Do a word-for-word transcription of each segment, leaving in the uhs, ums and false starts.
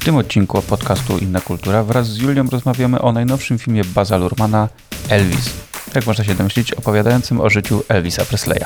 W tym odcinku podcastu Inna Kultura wraz z Julią rozmawiamy o najnowszym filmie Baza Luhrmanna Elvis. Jak można się domyślić, opowiadającym o życiu Elvisa Presleya.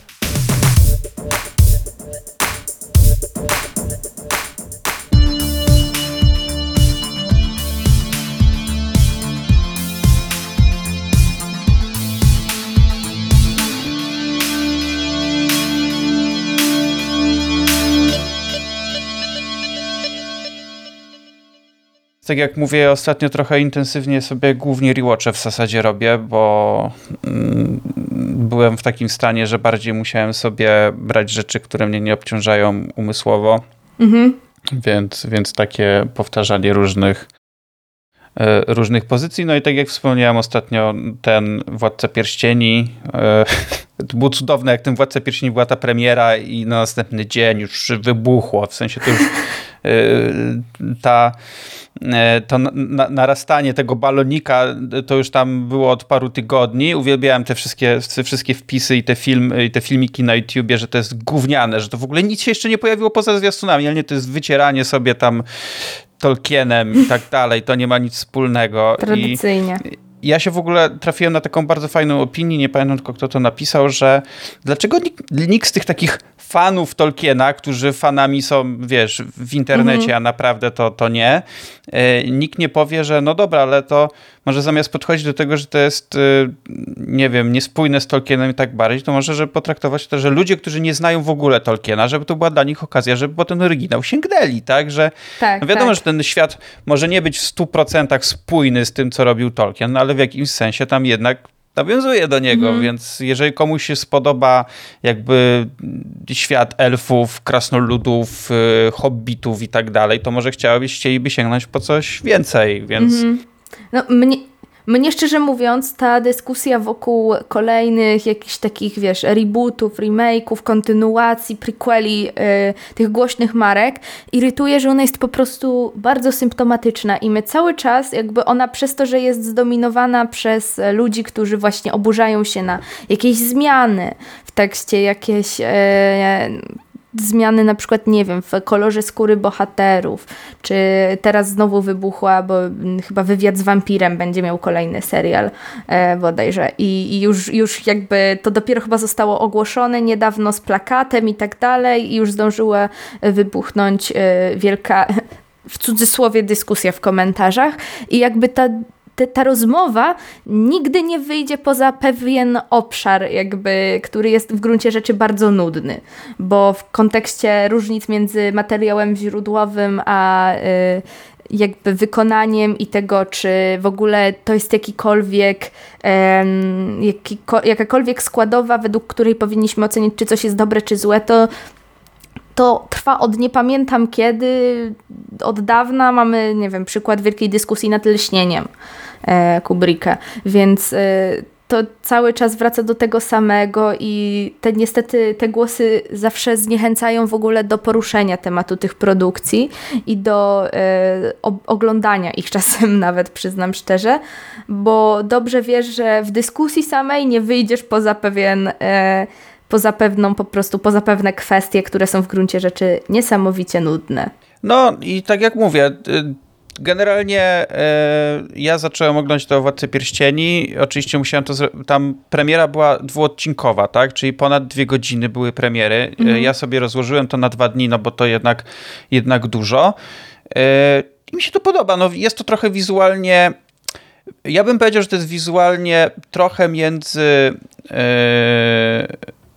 Tak jak mówię, ostatnio trochę intensywnie sobie głównie rewatche w zasadzie robię, bo mm, byłem w takim stanie, że bardziej musiałem sobie brać rzeczy, które mnie nie obciążają umysłowo. Mhm. Więc, więc takie powtarzanie różnych, e, różnych pozycji. No i tak jak wspomniałem ostatnio, ten Władca Pierścieni, e, to było cudowne, jak ten Władca Pierścieni była ta premiera i na następny dzień już wybuchło. W sensie to już e, ta to na, narastanie tego balonika to już tam było od paru tygodni. Uwielbiałem te wszystkie, te wszystkie wpisy i te, film, i te filmiki na YouTubie, że to jest gówniane, że to w ogóle nic się jeszcze nie pojawiło poza zwiastunami, ale nie, to jest wycieranie sobie tam Tolkienem i tak dalej. To nie ma nic wspólnego. Tradycyjnie. I ja się w ogóle trafiłem na taką bardzo fajną opinię, nie pamiętam tylko kto to napisał, że dlaczego nikt, nikt z tych takich fanów Tolkiena, którzy fanami są, wiesz, w internecie, mhm. a naprawdę to, to nie, yy, nikt nie powie, że no dobra, ale to może zamiast podchodzić do tego, że to jest, yy, nie wiem, niespójne z Tolkienem i tak bardziej, to może żeby potraktować to, że ludzie, którzy nie znają w ogóle Tolkiena, żeby to była dla nich okazja, żeby po ten oryginał sięgnęli, tak, że tak, no wiadomo, tak. że ten świat może nie być w stu procentach spójny z tym, co robił Tolkien, no ale w jakimś sensie tam jednak nawiązuje do niego, mm. więc jeżeli komuś się spodoba jakby świat elfów, krasnoludów, yy, hobbitów i tak dalej, to może chciałabyś, chcieliby sięgnąć po coś więcej, więc... Mm-hmm. No mnie... Mnie szczerze mówiąc, ta dyskusja wokół kolejnych jakichś takich, wiesz, rebootów, remake'ów, kontynuacji, prequeli yy, tych głośnych marek irytuje, że ona jest po prostu bardzo symptomatyczna i my cały czas, jakby ona przez to, że jest zdominowana przez ludzi, którzy właśnie oburzają się na jakieś zmiany w tekście, jakieś... Yy, zmiany na przykład, nie wiem, w kolorze skóry bohaterów, czy teraz znowu wybuchła, bo chyba Wywiad z wampirem będzie miał kolejny serial e, bodajże i, i już, już jakby to dopiero chyba zostało ogłoszone niedawno z plakatem i tak dalej i już zdążyła wybuchnąć e, wielka, w cudzysłowie, dyskusja w komentarzach i jakby ta Ta, ta rozmowa nigdy nie wyjdzie poza pewien obszar, jakby, który jest w gruncie rzeczy bardzo nudny, bo w kontekście różnic między materiałem źródłowym a y, jakby wykonaniem i tego, czy w ogóle to jest jakikolwiek, um, jakiko, jakakolwiek składowa, według której powinniśmy ocenić, czy coś jest dobre, czy złe, to to trwa od nie pamiętam kiedy, od dawna mamy, nie wiem, przykład wielkiej dyskusji nad Lśnieniem e, Kubricka, więc e, to cały czas wraca do tego samego i te niestety te głosy zawsze zniechęcają w ogóle do poruszenia tematu tych produkcji i do e, o, oglądania ich czasem nawet, przyznam szczerze, bo dobrze wiesz, że w dyskusji samej nie wyjdziesz poza pewien... E, poza pewną po prostu, poza pewne kwestie, które są w gruncie rzeczy niesamowicie nudne. No i tak jak mówię, generalnie e, ja zacząłem oglądać to Władcę Pierścieni, oczywiście musiałem to, zro- tam premiera była dwuodcinkowa, tak, czyli ponad dwie godziny były premiery, mhm. e, ja sobie rozłożyłem to na dwa dni, no bo to jednak, jednak dużo e, i mi się to podoba, no jest to trochę wizualnie, ja bym powiedział, że to jest wizualnie trochę między e,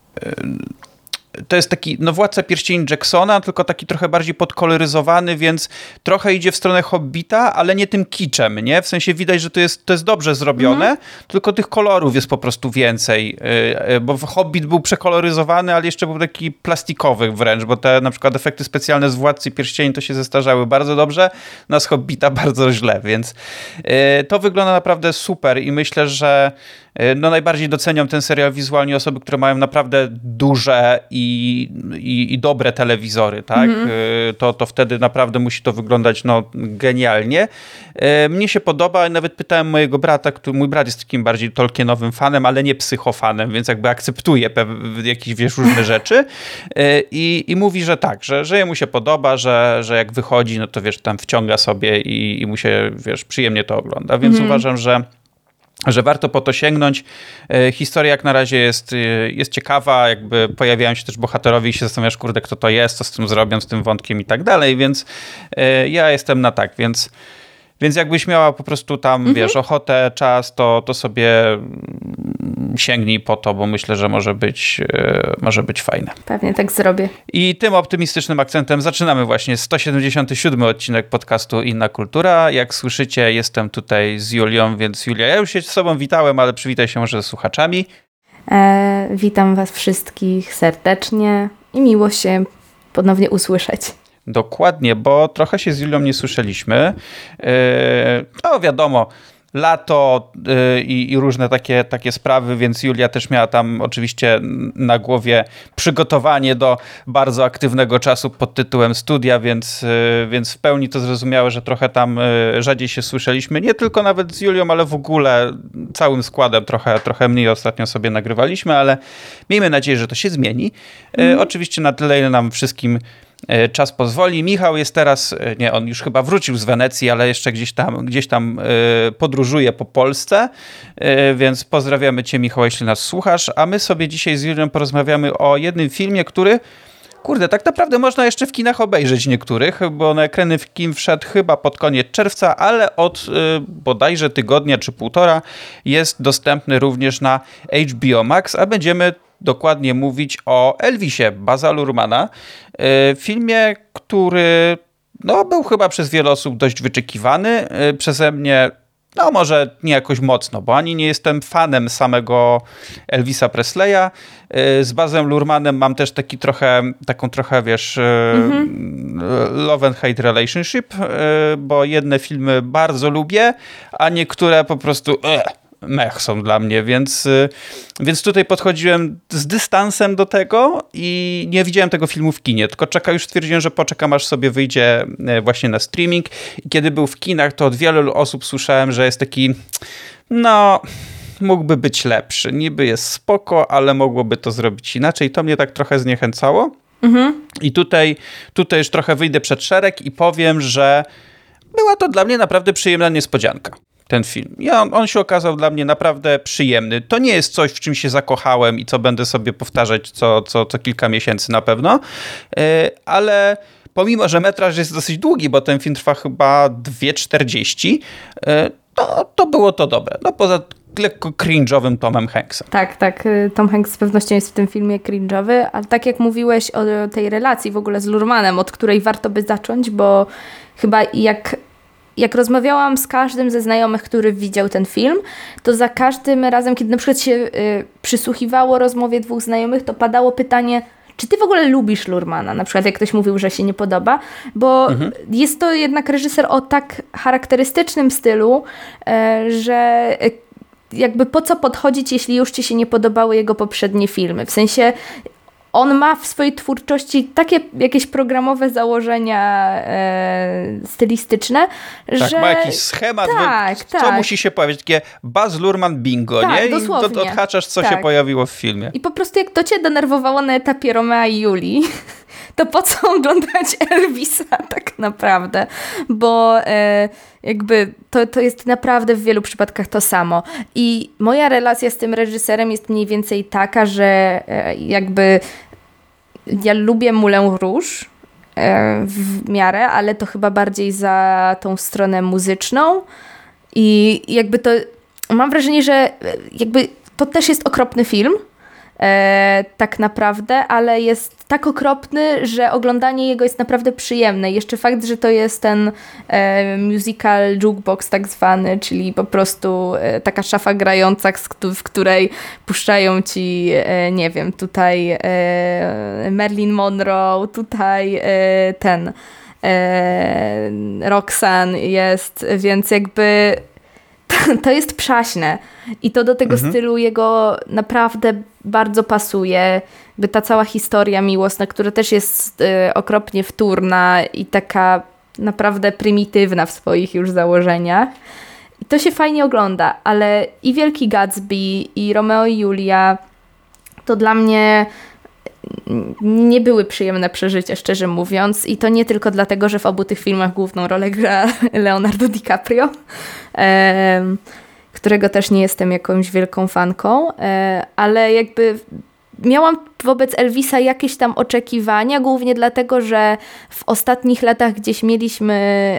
to jest taki, no Władca Pierścieni Jacksona, tylko taki trochę bardziej podkoloryzowany, więc trochę idzie w stronę Hobbita, ale nie tym kiczem, nie? W sensie widać, że to jest, to jest dobrze zrobione, mm. tylko tych kolorów jest po prostu więcej, bo Hobbit był przekoloryzowany, ale jeszcze był taki plastikowy wręcz, bo te na przykład efekty specjalne z Władcy Pierścieni to się zestarzały bardzo dobrze, no z Hobbita bardzo źle, więc to wygląda naprawdę super i myślę, że no najbardziej doceniam ten serial wizualnie osoby, które mają naprawdę duże i, i, i dobre telewizory, tak? Mm-hmm. To, to wtedy naprawdę musi to wyglądać no, genialnie. Mnie się podoba, nawet pytałem mojego brata, który, mój brat jest takim bardziej Tolkienowym fanem, ale nie psychofanem, więc jakby akceptuje pew- jakieś, wiesz, różne rzeczy i, i mówi, że tak, że, że jemu się podoba, że, że jak wychodzi, no to wiesz, tam wciąga sobie i, i mu się, wiesz, przyjemnie to ogląda, więc mm-hmm. uważam, że że warto po to sięgnąć. Historia jak na razie jest, jest ciekawa, jakby pojawiają się też bohaterowie i się zastanawiasz, kurde, kto to jest, co z tym zrobią, z tym wątkiem i tak dalej, więc ja jestem na tak, więc Więc jakbyś miała po prostu tam, mhm. wiesz, ochotę, czas, to, to sobie sięgnij po to, bo myślę, że może być, może być fajne. Pewnie tak zrobię. I tym optymistycznym akcentem zaczynamy właśnie sto siedemdziesiąty siódmy odcinek podcastu Inna Kultura. Jak słyszycie, jestem tutaj z Julią, więc Julia, ja już się z sobą witałem, ale przywitaj się może ze słuchaczami. E, witam was wszystkich serdecznie i miło się ponownie usłyszeć. Dokładnie, bo trochę się z Julią nie słyszeliśmy. No wiadomo, lato i, i różne takie, takie sprawy, więc Julia też miała tam oczywiście na głowie przygotowanie do bardzo aktywnego czasu pod tytułem studia, więc, więc w pełni to zrozumiałe, że trochę tam rzadziej się słyszeliśmy. Nie tylko nawet z Julią, ale w ogóle całym składem trochę, trochę mniej ostatnio sobie nagrywaliśmy, ale miejmy nadzieję, że to się zmieni. Mm. Oczywiście na tyle, ile nam wszystkim czas pozwoli. Michał jest teraz, nie, on już chyba wrócił z Wenecji, ale jeszcze gdzieś tam, gdzieś tam podróżuje po Polsce, więc pozdrawiamy cię, Michał, jeśli nas słuchasz, a my sobie dzisiaj z Julią porozmawiamy o jednym filmie, który, kurde, tak naprawdę można jeszcze w kinach obejrzeć niektórych, bo na ekrany w kin wszedł chyba pod koniec czerwca, ale od bodajże tygodnia czy półtora jest dostępny również na H B O Max, a będziemy dokładnie mówić o Elvisie Baza Luhrmanna, filmie, który no, był chyba przez wiele osób dość wyczekiwany, przeze mnie no może nie jakoś mocno, bo ani nie jestem fanem samego Elvisa Presleya. Z Bazem Luhrmannem mam też taki trochę, taką trochę, wiesz, mm-hmm. love and hate relationship, bo jedne filmy bardzo lubię, a niektóre po prostu eh, mech są dla mnie, więc, więc tutaj podchodziłem z dystansem do tego i nie widziałem tego filmu w kinie, tylko czeka, już stwierdziłem, że poczekam, aż sobie wyjdzie właśnie na streaming i kiedy był w kinach, to od wielu osób słyszałem, że jest taki, no mógłby być lepszy, niby jest spoko, ale mogłoby to zrobić inaczej, to mnie tak trochę zniechęcało. Mhm. I tutaj, tutaj już trochę wyjdę przed szereg i powiem, że była to dla mnie naprawdę przyjemna niespodzianka. Ten film. Ja, on, on się okazał dla mnie naprawdę przyjemny. To nie jest coś, w czym się zakochałem i co będę sobie powtarzać co, co, co kilka miesięcy na pewno, yy, ale pomimo, że metraż jest dosyć długi, bo ten film trwa chyba dwie czterdzieści, yy, to, to było to dobre. No poza lekko cringe'owym Tomem Hanksem. Tak, tak. Tom Hanks z pewnością jest w tym filmie cringe'owy, ale tak jak mówiłeś o tej relacji w ogóle z Luhrmannem, od której warto by zacząć, bo chyba jak Jak rozmawiałam z każdym ze znajomych, który widział ten film, to za każdym razem, kiedy na przykład się y, przysłuchiwało rozmowie dwóch znajomych, to padało pytanie, czy ty w ogóle lubisz Luhrmanna? Na przykład jak ktoś mówił, że się nie podoba, bo mhm. jest to jednak reżyser o tak charakterystycznym stylu, y, że y, jakby po co podchodzić, jeśli już ci się nie podobały jego poprzednie filmy? W sensie on ma w swojej twórczości takie jakieś programowe założenia e, stylistyczne, tak, że... ma jakiś schemat, tak, co tak. musi się pojawić, takie Baz Luhrmann bingo, tak, nie? I dosłownie. do, odhaczasz, co tak. się pojawiło w filmie. I po prostu jak to cię denerwowało na etapie Romea i Julii, to po co oglądać Elvisa tak naprawdę? Bo e, jakby to, to jest naprawdę w wielu przypadkach to samo. I moja relacja z tym reżyserem jest mniej więcej taka, że e, jakby ja lubię Moulin Rouge e, w miarę, ale to chyba bardziej za tą stronę muzyczną. I jakby to mam wrażenie, że jakby to też jest okropny film, e, tak naprawdę, ale jest tak okropny, że oglądanie jego jest naprawdę przyjemne. Jeszcze fakt, że to jest ten e, musical jukebox tak zwany, czyli po prostu e, taka szafa grająca, w której puszczają ci, e, nie wiem, tutaj e, Marilyn Monroe, tutaj e, ten e, Roxanne jest, więc jakby to, to jest przaśne i to do tego mhm. stylu jego naprawdę bardzo pasuje. By ta cała historia miłosna, która też jest y, okropnie wtórna i taka naprawdę prymitywna w swoich już założeniach. I to się fajnie ogląda, ale i Wielki Gatsby, i Romeo i Julia to dla mnie nie były przyjemne przeżycia, szczerze mówiąc. I to nie tylko dlatego, że w obu tych filmach główną rolę gra Leonardo DiCaprio, e, którego też nie jestem jakąś wielką fanką, e, ale jakby miałam wobec Elvisa jakieś tam oczekiwania, głównie dlatego, że w ostatnich latach gdzieś mieliśmy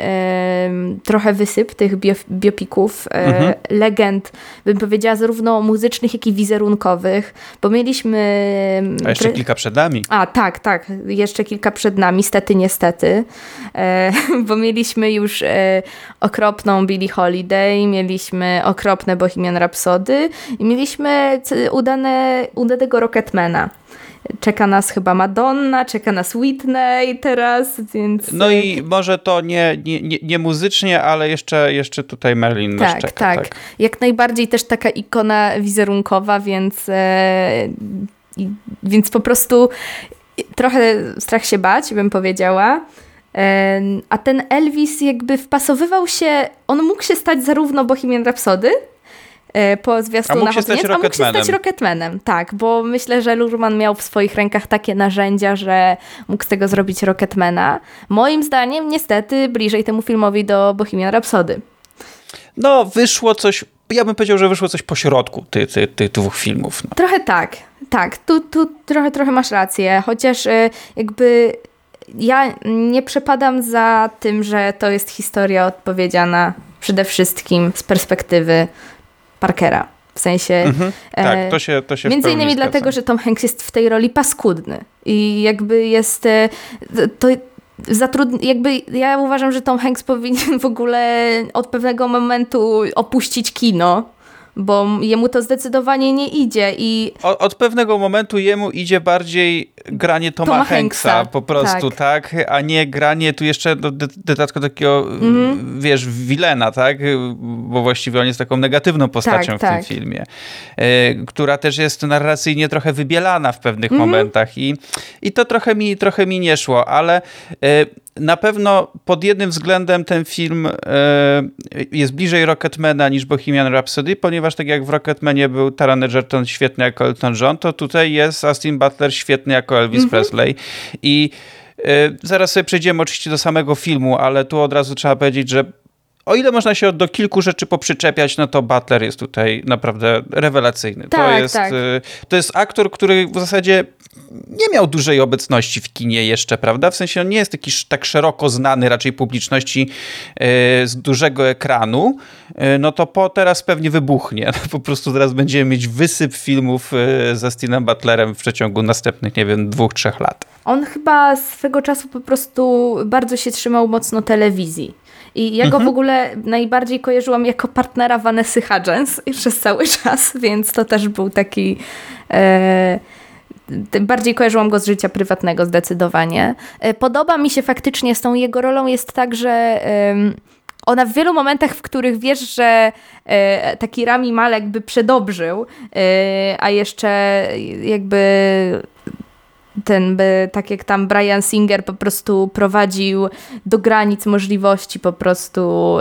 e, trochę wysyp tych bio, biopików, e, mhm. legend, bym powiedziała, zarówno muzycznych, jak i wizerunkowych, bo mieliśmy... A jeszcze pre... kilka przed nami. A, tak, tak, jeszcze kilka przed nami, stety, niestety, e, bo mieliśmy już e, okropną Billie Holiday, mieliśmy okropne Bohemian Rhapsody i mieliśmy udane, udanego Rocketmana. Czeka nas chyba Madonna, czeka nas Whitney teraz, więc... No i może to nie, nie, nie, nie muzycznie, ale jeszcze, jeszcze tutaj Marilyn nas tak, czeka. Tak, tak. Jak najbardziej też taka ikona wizerunkowa, więc, e, więc po prostu trochę strach się bać, bym powiedziała. E, a ten Elvis jakby wpasowywał się, on mógł się stać zarówno Bohemian Rhapsody, po zwiastunach, a mógł się stać a mógł się stać Rocketmanem, tak, bo myślę, że Luhrmann miał w swoich rękach takie narzędzia, że mógł z tego zrobić Rocketmana. Moim zdaniem niestety bliżej temu filmowi do Bohemian Rhapsody. No, wyszło coś, ja bym powiedział, że wyszło coś pośrodku tych ty, ty, dwóch filmów. No. Trochę tak, tak, tu, tu trochę, trochę masz rację, chociaż jakby ja nie przepadam za tym, że to jest historia opowiedziana przede wszystkim z perspektywy Parkera. W sensie... Mhm, tak, to się to się między innymi dlatego, że Tom Hanks jest w tej roli paskudny. I jakby jest... To zatrudni, jakby ja uważam, że Tom Hanks powinien w ogóle od pewnego momentu opuścić kino, bo jemu to zdecydowanie nie idzie. I od, od pewnego momentu jemu idzie bardziej granie Toma, Toma Hanksa, Hanksa po prostu, tak. tak? A nie granie tu jeszcze do, do, dodatkowo takiego, mm-hmm. wiesz, wilena, tak? Bo właściwie on jest taką negatywną postacią tak, w tak. tym filmie, y, która też jest narracyjnie trochę wybielana w pewnych mm-hmm. momentach i, i to trochę mi, trochę mi nie szło, ale y, na pewno pod jednym względem ten film y, jest bliżej Rocketmana niż Bohemian Rhapsody, ponieważ tak jak w Rocketmanie był Taron Egerton świetny jako Elton John, to tutaj jest Austin Butler świetny jako Elvis mm-hmm. Presley. I y, zaraz sobie przejdziemy oczywiście do samego filmu, ale tu od razu trzeba powiedzieć, że o ile można się do kilku rzeczy poprzyczepiać, no to Butler jest tutaj naprawdę rewelacyjny. Tak, to, jest, tak. y, to jest aktor, który w zasadzie nie miał dużej obecności w kinie jeszcze, prawda? W sensie on nie jest taki tak szeroko znany raczej publiczności y, z dużego ekranu, y, no to po teraz pewnie wybuchnie. No, po prostu teraz będziemy mieć wysyp filmów y, z Austinem Butlerem w przeciągu następnych, nie wiem, dwóch, trzech lat. On chyba swego czasu po prostu bardzo się trzymał mocno telewizji. I ja go mhm. w ogóle najbardziej kojarzyłam jako partnera Vanessy Hudgens przez cały czas, więc to też był taki... E, bardziej kojarzyłam go z życia prywatnego zdecydowanie. E, podoba mi się faktycznie z tą jego rolą jest tak, że e, ona w wielu momentach, w których wiesz, że e, taki Rami Malek by przedobrzył, e, a jeszcze jakby... ten, by, tak jak tam Bryan Singer po prostu prowadził do granic możliwości, po prostu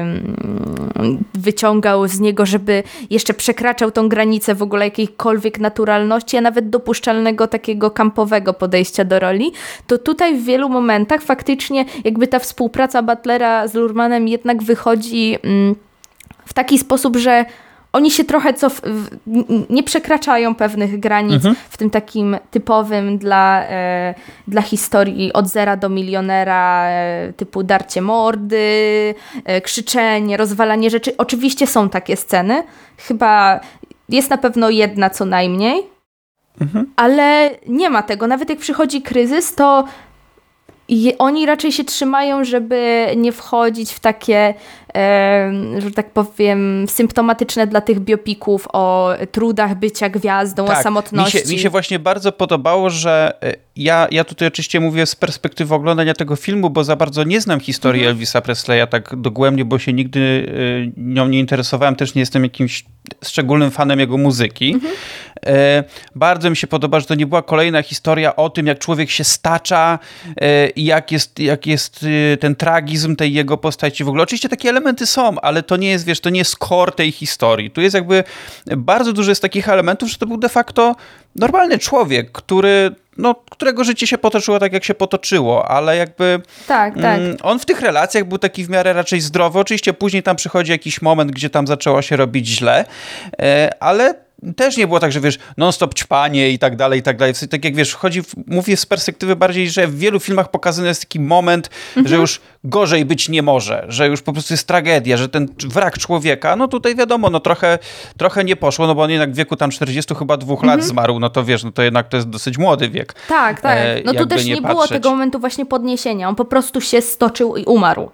ym, wyciągał z niego, żeby jeszcze przekraczał tą granicę w ogóle jakiejkolwiek naturalności, a nawet dopuszczalnego takiego kampowego podejścia do roli, to tutaj w wielu momentach faktycznie jakby ta współpraca Butlera z Luhrmannem jednak wychodzi ym, w taki sposób, że oni się trochę cof- nie przekraczają pewnych granic mhm. w tym takim typowym dla, e, dla historii od zera do milionera e, typu darcie mordy, e, krzyczenie, rozwalanie rzeczy. Oczywiście są takie sceny. Chyba jest na pewno jedna co najmniej. Mhm. Ale nie ma tego. Nawet jak przychodzi kryzys, to i oni raczej się trzymają, żeby nie wchodzić w takie e, że tak powiem, symptomatyczne dla tych biopików o trudach bycia gwiazdą, tak, o samotności. Mi się, mi się właśnie bardzo podobało, że ja, ja tutaj oczywiście mówię z perspektywy oglądania tego filmu, bo za bardzo nie znam historii mhm. Elvisa Presleya tak dogłębnie, bo się nigdy y, nią nie interesowałem, też nie jestem jakimś szczególnym fanem jego muzyki. Mhm. E, bardzo mi się podoba, że to nie była kolejna historia o tym, jak człowiek się stacza i e, jak jest, jak jest y, ten tragizm tej jego postaci w ogóle. Oczywiście takie elementy są, ale to nie jest, wiesz, to nie jest core tej historii. Tu jest jakby bardzo dużo jest takich elementów, że to był de facto normalny człowiek, który, no, którego życie się potoczyło tak, jak się potoczyło, ale jakby tak, tak. Mm, on w tych relacjach był taki w miarę raczej zdrowy. Oczywiście później tam przychodzi jakiś moment, gdzie tam zaczęło się robić źle, e, ale też nie było tak, że wiesz, non-stop ćpanie i tak dalej, i tak dalej. Tak jak wiesz, chodzi, w, mówię z perspektywy bardziej, że w wielu filmach pokazany jest taki moment, mhm. że już gorzej być nie może, że już po prostu jest tragedia, że ten wrak człowieka, no tutaj wiadomo, no trochę, trochę nie poszło, no bo on jednak w wieku tam czterdziestu chyba dwóch mhm. lat zmarł, no to wiesz, no to jednak to jest dosyć młody wiek. Tak, tak. No tu też nie, nie było tego momentu właśnie podniesienia. On po prostu się stoczył i umarł.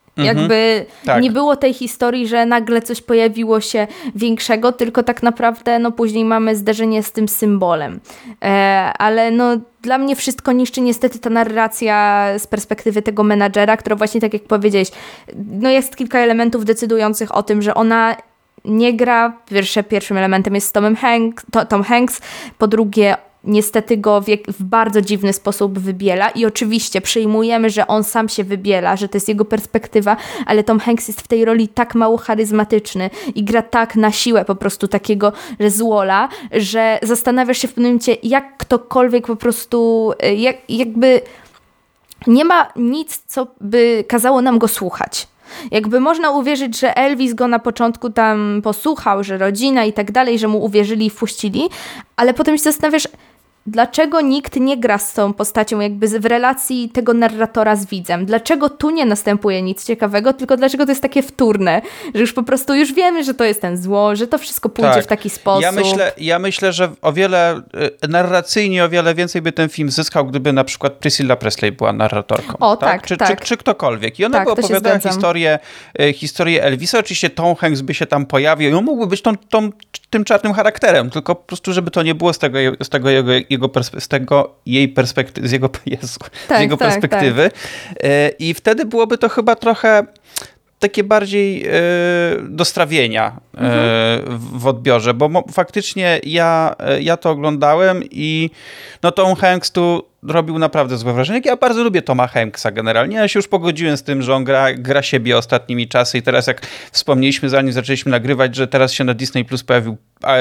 Jakby tak. nie było tej historii, że nagle coś pojawiło się większego, tylko tak naprawdę no później mamy zderzenie z tym symbolem. E, ale no dla mnie wszystko niszczy niestety ta narracja z perspektywy tego menadżera, która właśnie tak jak powiedziałeś, no jest kilka elementów decydujących o tym, że ona nie gra. Pierwsze, pierwszym elementem jest Tomem Hanks, to, Tom Hanks, po drugie niestety go w, w bardzo dziwny sposób wybiela i oczywiście przyjmujemy, że on sam się wybiela, że to jest jego perspektywa, ale Tom Hanks jest w tej roli tak mało charyzmatyczny i gra tak na siłę po prostu takiego złola, że zastanawiasz się w pewnym momencie, jak ktokolwiek po prostu jak, jakby nie ma nic, co by kazało nam go słuchać. Jakby można uwierzyć, że Elvis go na początku tam posłuchał, że rodzina i tak dalej, że mu uwierzyli i wpuścili, ale potem się zastanawiasz, dlaczego nikt nie gra z tą postacią jakby w relacji tego narratora z widzem? Dlaczego tu nie następuje nic ciekawego, tylko dlaczego to jest takie wtórne, że już po prostu już wiemy, że to jest ten zło, że to wszystko pójdzie tak. w taki sposób. Ja myślę, ja myślę, że o wiele narracyjnie o wiele więcej by ten film zyskał, gdyby na przykład Priscilla Presley była narratorką. O tak, tak. Czy, tak. Czy, czy ktokolwiek. I ona tak, by opowiadała historię, historię Elvisa. Oczywiście Tom Hanks by się tam pojawił i on mógłby być tą, tą, tym czarnym charakterem, tylko po prostu, żeby to nie było z tego, z tego jego jego z tego jej perspektywy, z jego, Jezu, tak, z jego tak, perspektywy. Tak. I wtedy byłoby to chyba trochę takie bardziej e, do strawienia mhm. e, w odbiorze, bo mo, faktycznie ja, ja to oglądałem i no Tom Hanks tu robił naprawdę złe wrażenie. Ja bardzo lubię Toma Hanksa generalnie. Ja się już pogodziłem z tym, że on gra, gra siebie ostatnimi czasy i teraz jak wspomnieliśmy, zanim zaczęliśmy nagrywać, że teraz się na Disney Plus pojawił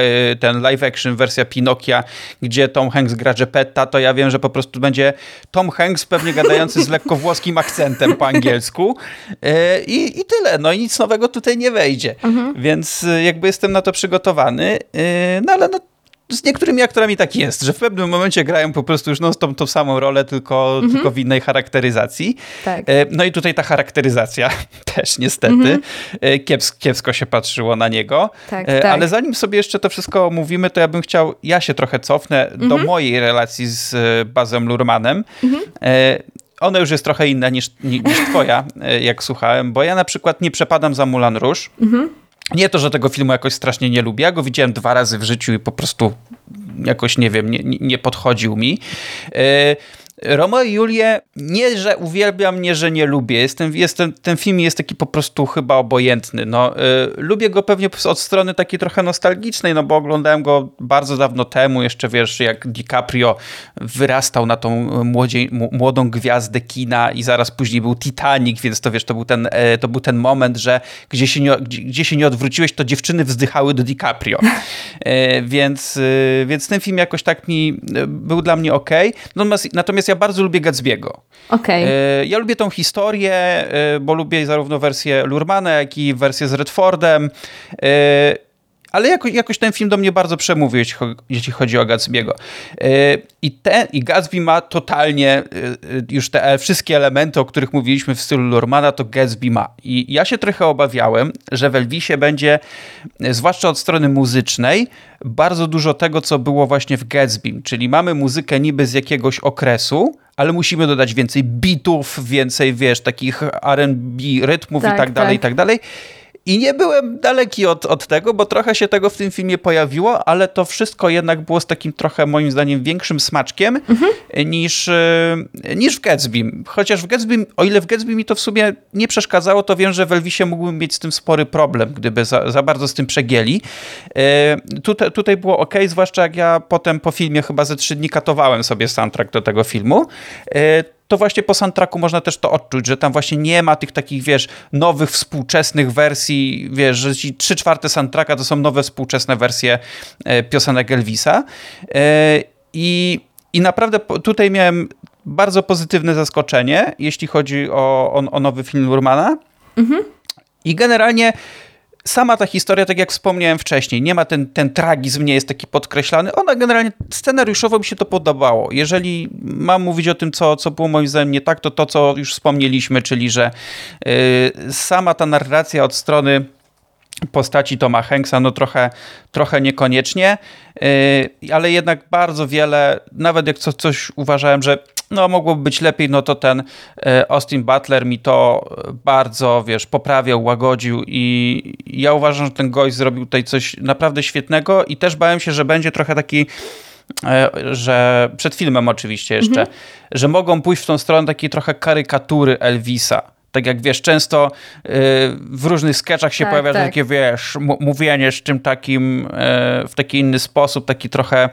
ten live action wersja Pinokia, gdzie Tom Hanks gra Geppetta, to ja wiem, że po prostu będzie Tom Hanks pewnie gadający z lekko włoskim akcentem po angielsku i, i tyle. No i nic nowego tutaj nie wejdzie. Mhm. Więc jakby jestem na to przygotowany. No ale no z niektórymi aktorami tak jest, że w pewnym momencie grają po prostu już non-stop tą samą rolę, tylko, mm-hmm. tylko w innej charakteryzacji. Tak. No i tutaj ta charakteryzacja też niestety mm-hmm. kiepsko, kiepsko się patrzyło na niego. Tak, Ale tak. zanim sobie jeszcze to wszystko omówimy, to ja bym chciał, ja się trochę cofnę mm-hmm. do mojej relacji z Bazem Luhrmannem. Mm-hmm. Ona już jest trochę inna niż, niż twoja, jak słuchałem, bo ja na przykład nie przepadam za Moulin Rouge. Mm-hmm. Nie to, że tego filmu jakoś strasznie nie lubię. Ja go widziałem dwa razy w życiu i po prostu jakoś, nie wiem, nie, nie podchodził mi. Yy, Romeo i Julię, nie, że uwielbiam, nie, że nie lubię. Jestem, jestem, ten film jest taki po prostu chyba obojętny. No, yy, lubię go pewnie od strony takiej trochę nostalgicznej, no bo oglądałem go bardzo dawno temu, jeszcze wiesz, jak DiCaprio wyrastał na tą młodzie, młodą gwiazdę kina i zaraz później był Titanic, więc to wiesz, to był ten, yy, to był ten moment, że gdzie się nie, gdzie, gdzie się nie odwróciłeś, to dziewczyny wzdychały do DiCaprio. Yy, więc, yy, więc ten film jakoś tak mi yy, był dla mnie okej. Okay. Natomiast, natomiast ja bardzo lubię Gatsby'ego. Okay. Ja lubię tą historię, bo lubię zarówno wersję Luhrmana, jak i wersję z Redfordem. ale jako, jakoś ten film do mnie bardzo przemówił, jeśli, jeśli chodzi o Gatsby'ego. I, ten, I Gatsby ma totalnie już te wszystkie elementy, o których mówiliśmy w stylu Lurmana, to Gatsby ma. I ja się trochę obawiałem, że w Elvisie będzie, zwłaszcza od strony muzycznej, bardzo dużo tego, co było właśnie w Gatsbym. Czyli mamy muzykę niby z jakiegoś okresu, ale musimy dodać więcej bitów, więcej, wiesz, takich R and B rytmów tak, i tak dalej, tak. i tak dalej. I nie byłem daleki od, od tego, bo trochę się tego w tym filmie pojawiło, ale to wszystko jednak było z takim trochę, moim zdaniem, większym smaczkiem mhm. niż, niż w Gatsbym. Chociaż w Gatsbym, o ile w Gatsby mi to w sumie nie przeszkadzało, to wiem, że w Elvisie mógłbym mieć z tym spory problem, gdyby za, za bardzo z tym przegięli. Tutaj, tutaj było okej, zwłaszcza jak ja potem po filmie chyba ze trzy dni katowałem sobie soundtrack do tego filmu. To właśnie po soundtracku można też to odczuć, że tam właśnie nie ma tych takich, wiesz, nowych, współczesnych wersji, wiesz, że ci trzy czwarte soundtracka to są nowe, współczesne wersje piosenek Elvisa. I, i naprawdę tutaj miałem bardzo pozytywne zaskoczenie, jeśli chodzi o, o, o nowy film Lurmana. Mhm. I generalnie sama ta historia, tak jak wspomniałem wcześniej, nie ma ten, ten tragizm, nie jest taki podkreślany. Ona generalnie scenariuszowo mi się to podobało. Jeżeli mam mówić o tym, co, co było moim zdaniem nie tak, to to, co już wspomnieliśmy, czyli że yy, sama ta narracja od strony postaci Toma Hanksa, no trochę, trochę niekoniecznie, yy, ale jednak bardzo wiele, nawet jak co, coś uważałem, że no mogłoby być lepiej, no to ten Austin Butler mi to bardzo, wiesz, poprawiał, łagodził i ja uważam, że ten gość zrobił tutaj coś naprawdę świetnego i też bałem się, że będzie trochę taki, że przed filmem oczywiście jeszcze, mhm. że mogą pójść w tą stronę takiej trochę karykatury Elvisa. Tak jak wiesz, często y, w różnych sketchach się tak, pojawia tak. takie, wiesz, m- mówienie z czym takim, y, w taki inny sposób, taki trochę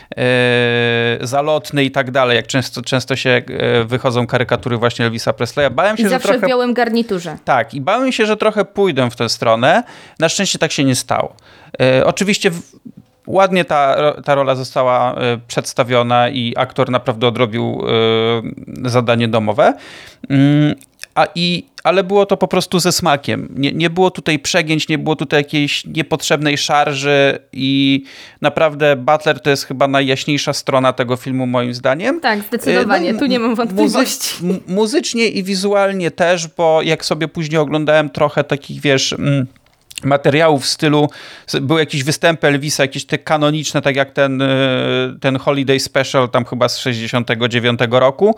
y, zalotny i tak dalej, jak często, często się y, wychodzą karykatury właśnie Elvisa Presleya. Bałem się, I że zawsze trochę, w białym garniturze. Tak, i bałem się, że trochę pójdę w tę stronę. Na szczęście tak się nie stało. Y, oczywiście w, ładnie ta, ta rola została y, przedstawiona i aktor naprawdę odrobił y, zadanie domowe. Y, A i, ale było to po prostu ze smakiem. Nie, nie było tutaj przegięć, nie było tutaj jakiejś niepotrzebnej szarży i naprawdę Butler to jest chyba najjaśniejsza strona tego filmu moim zdaniem. Tak, zdecydowanie. No, tu nie mam wątpliwości. Muzy- muzycznie i wizualnie też, bo jak sobie później oglądałem trochę takich, wiesz... Mm, materiałów w stylu, były jakieś występy Elvisa, jakieś te kanoniczne, tak jak ten, ten Holiday Special, tam chyba z sześćdziesiątego dziewiątego roku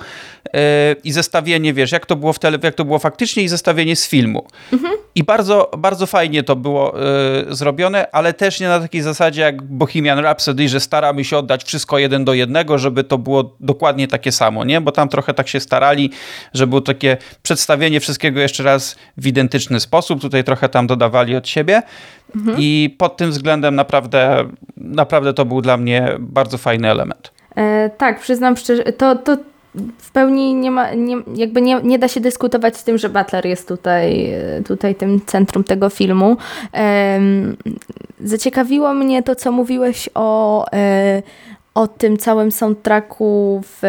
i zestawienie, wiesz, jak to było w tele, jak to było faktycznie i zestawienie z filmu. Mhm. I bardzo, bardzo fajnie to było y, zrobione, ale też nie na takiej zasadzie jak Bohemian Rhapsody, że staramy się oddać wszystko jeden do jednego, żeby to było dokładnie takie samo, nie? Bo tam trochę tak się starali, że było takie przedstawienie wszystkiego jeszcze raz w identyczny sposób. Tutaj trochę tam dodawali od siebie mhm. i pod tym względem naprawdę, naprawdę to był dla mnie bardzo fajny element. E, tak, przyznam szczerze, to, to w pełni nie ma, nie, jakby nie, nie da się dyskutować z tym, że Butler jest tutaj, tutaj tym centrum tego filmu. E, zaciekawiło mnie to, co mówiłeś o e, o tym całym soundtracku w,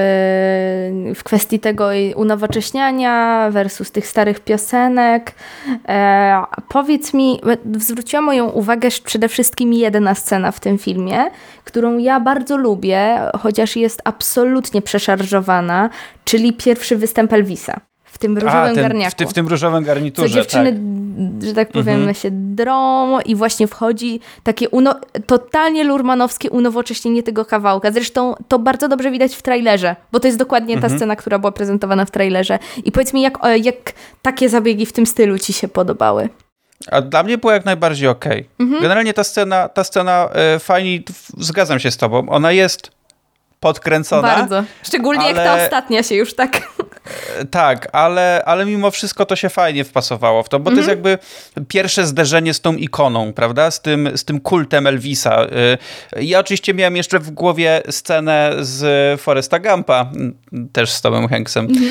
w kwestii tego unowocześniania versus tych starych piosenek. E, powiedz mi, zwróciła moją uwagę przede wszystkim jedna scena w tym filmie, którą ja bardzo lubię, chociaż jest absolutnie przeszarżowana, czyli pierwszy występ Elvisa. W tym różowym A, ten, garniaku. W, ty, w tym różowym garniturze, co dziewczyny, tak. że tak powiem, mhm. się drą i właśnie wchodzi takie uno, totalnie lurmanowskie unowocześnienie tego kawałka. Zresztą to bardzo dobrze widać w trailerze, bo to jest dokładnie ta mhm. scena, która była prezentowana w trailerze. I powiedz mi, jak, jak takie zabiegi w tym stylu ci się podobały? A dla mnie było jak najbardziej okej. Okay. Mhm. Generalnie ta scena, ta scena e, fajnie, zgadzam się z tobą, ona jest podkręcona. Bardzo. Szczególnie ale... jak ta ostatnia się już tak... Tak, ale, ale mimo wszystko to się fajnie wpasowało w to, bo mm-hmm. to jest jakby pierwsze zderzenie z tą ikoną, prawda? Z tym, z tym kultem Elvisa. Ja oczywiście miałem jeszcze w głowie scenę z Foresta Gumpa, też z Tomem Hanksem, mm-hmm.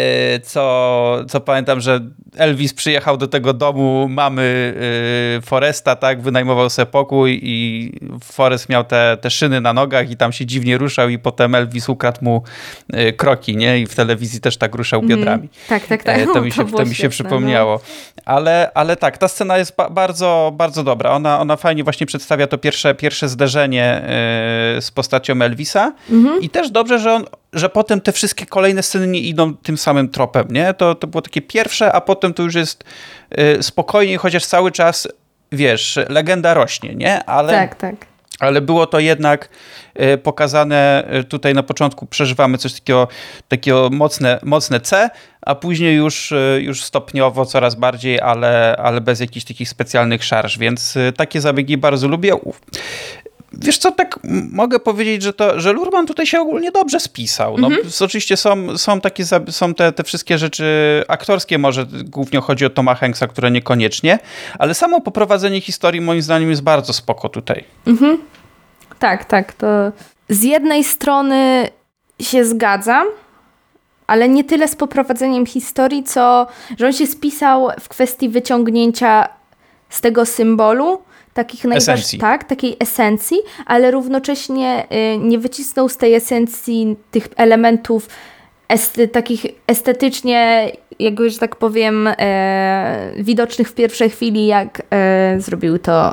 co, co pamiętam, że Elvis przyjechał do tego domu mamy Foresta, tak? Wynajmował sobie pokój i Forest miał te, te szyny na nogach i tam się dziwnie ruszał i potem Elvis ukradł mu kroki, nie? I w telewizji też tak ruszał ruszał biodrami. Mm, tak, tak, tak. To mi się, to to mi się świetne, przypomniało. No. Ale, ale tak, ta scena jest ba- bardzo, bardzo dobra. Ona, ona fajnie właśnie przedstawia to pierwsze, pierwsze zderzenie yy, z postacią Elvisa mhm. i też dobrze, że on że potem te wszystkie kolejne sceny nie idą tym samym tropem, nie? To, to było takie pierwsze, a potem to już jest yy, spokojnie, chociaż cały czas, wiesz, legenda rośnie, nie? Ale, tak, tak. Ale było to jednak y, pokazane, y, tutaj na początku przeżywamy coś takiego, takiego mocne, mocne C, a później już, y, już stopniowo coraz bardziej, ale, ale bez jakichś takich specjalnych szarż, więc y, takie zabiegi bardzo lubię. Wiesz co, tak mogę powiedzieć, że, to, że Luhrmann tutaj się ogólnie dobrze spisał. No, mhm. Oczywiście są, są, takie, są te, te wszystkie rzeczy aktorskie, może głównie chodzi o Toma Hanksa, które niekoniecznie, ale samo poprowadzenie historii moim zdaniem jest bardzo spoko tutaj. Mhm. Tak, tak. To z jednej strony się zgadzam, ale nie tyle z poprowadzeniem historii, co że on się spisał w kwestii wyciągnięcia z tego symbolu takich najważniejszych, tak, takiej esencji, ale równocześnie y, nie wycisnął z tej esencji tych elementów esty, takich estetycznie, jakby, że tak powiem, e, widocznych w pierwszej chwili, jak e, zrobił to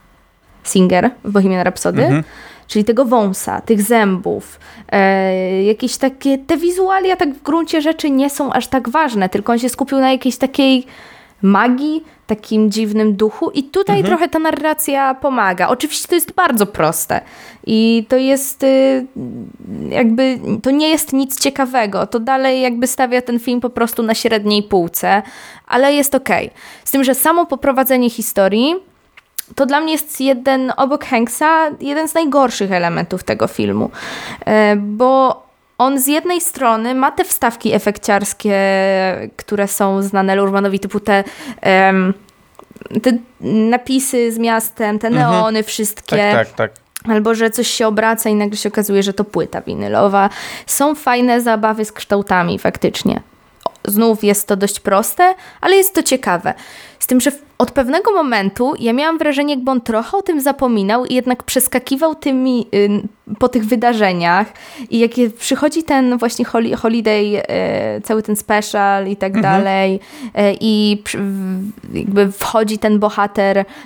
Singer w Bohemian Rhapsody. Mhm. Czyli tego wąsa, tych zębów, e, jakieś takie, te wizualia tak w gruncie rzeczy nie są aż tak ważne, tylko on się skupił na jakiejś takiej magii, takim dziwnym duchu i tutaj mhm. trochę ta narracja pomaga. Oczywiście to jest bardzo proste i to jest y, jakby, to nie jest nic ciekawego. To dalej jakby stawia ten film po prostu na średniej półce, ale jest okej. Okay. Z tym, że samo poprowadzenie historii to dla mnie jest jeden, obok Hanksa, jeden z najgorszych elementów tego filmu, y, bo on z jednej strony ma te wstawki efekciarskie, które są znane Luhrmannowi, typu te, um, te napisy z miastem, te neony mhm. wszystkie. Tak, tak, tak. Albo, że coś się obraca i nagle się okazuje, że to płyta winylowa. Są fajne zabawy z kształtami faktycznie. Znów jest to dość proste, ale jest to ciekawe. Z tym, że od pewnego momentu ja miałam wrażenie, jakby on trochę o tym zapominał i jednak przeskakiwał tymi, y, po tych wydarzeniach i jak przychodzi ten właśnie holi, holiday, y, cały ten special i tak mhm. dalej y, i przy, jakby wchodzi ten bohater y,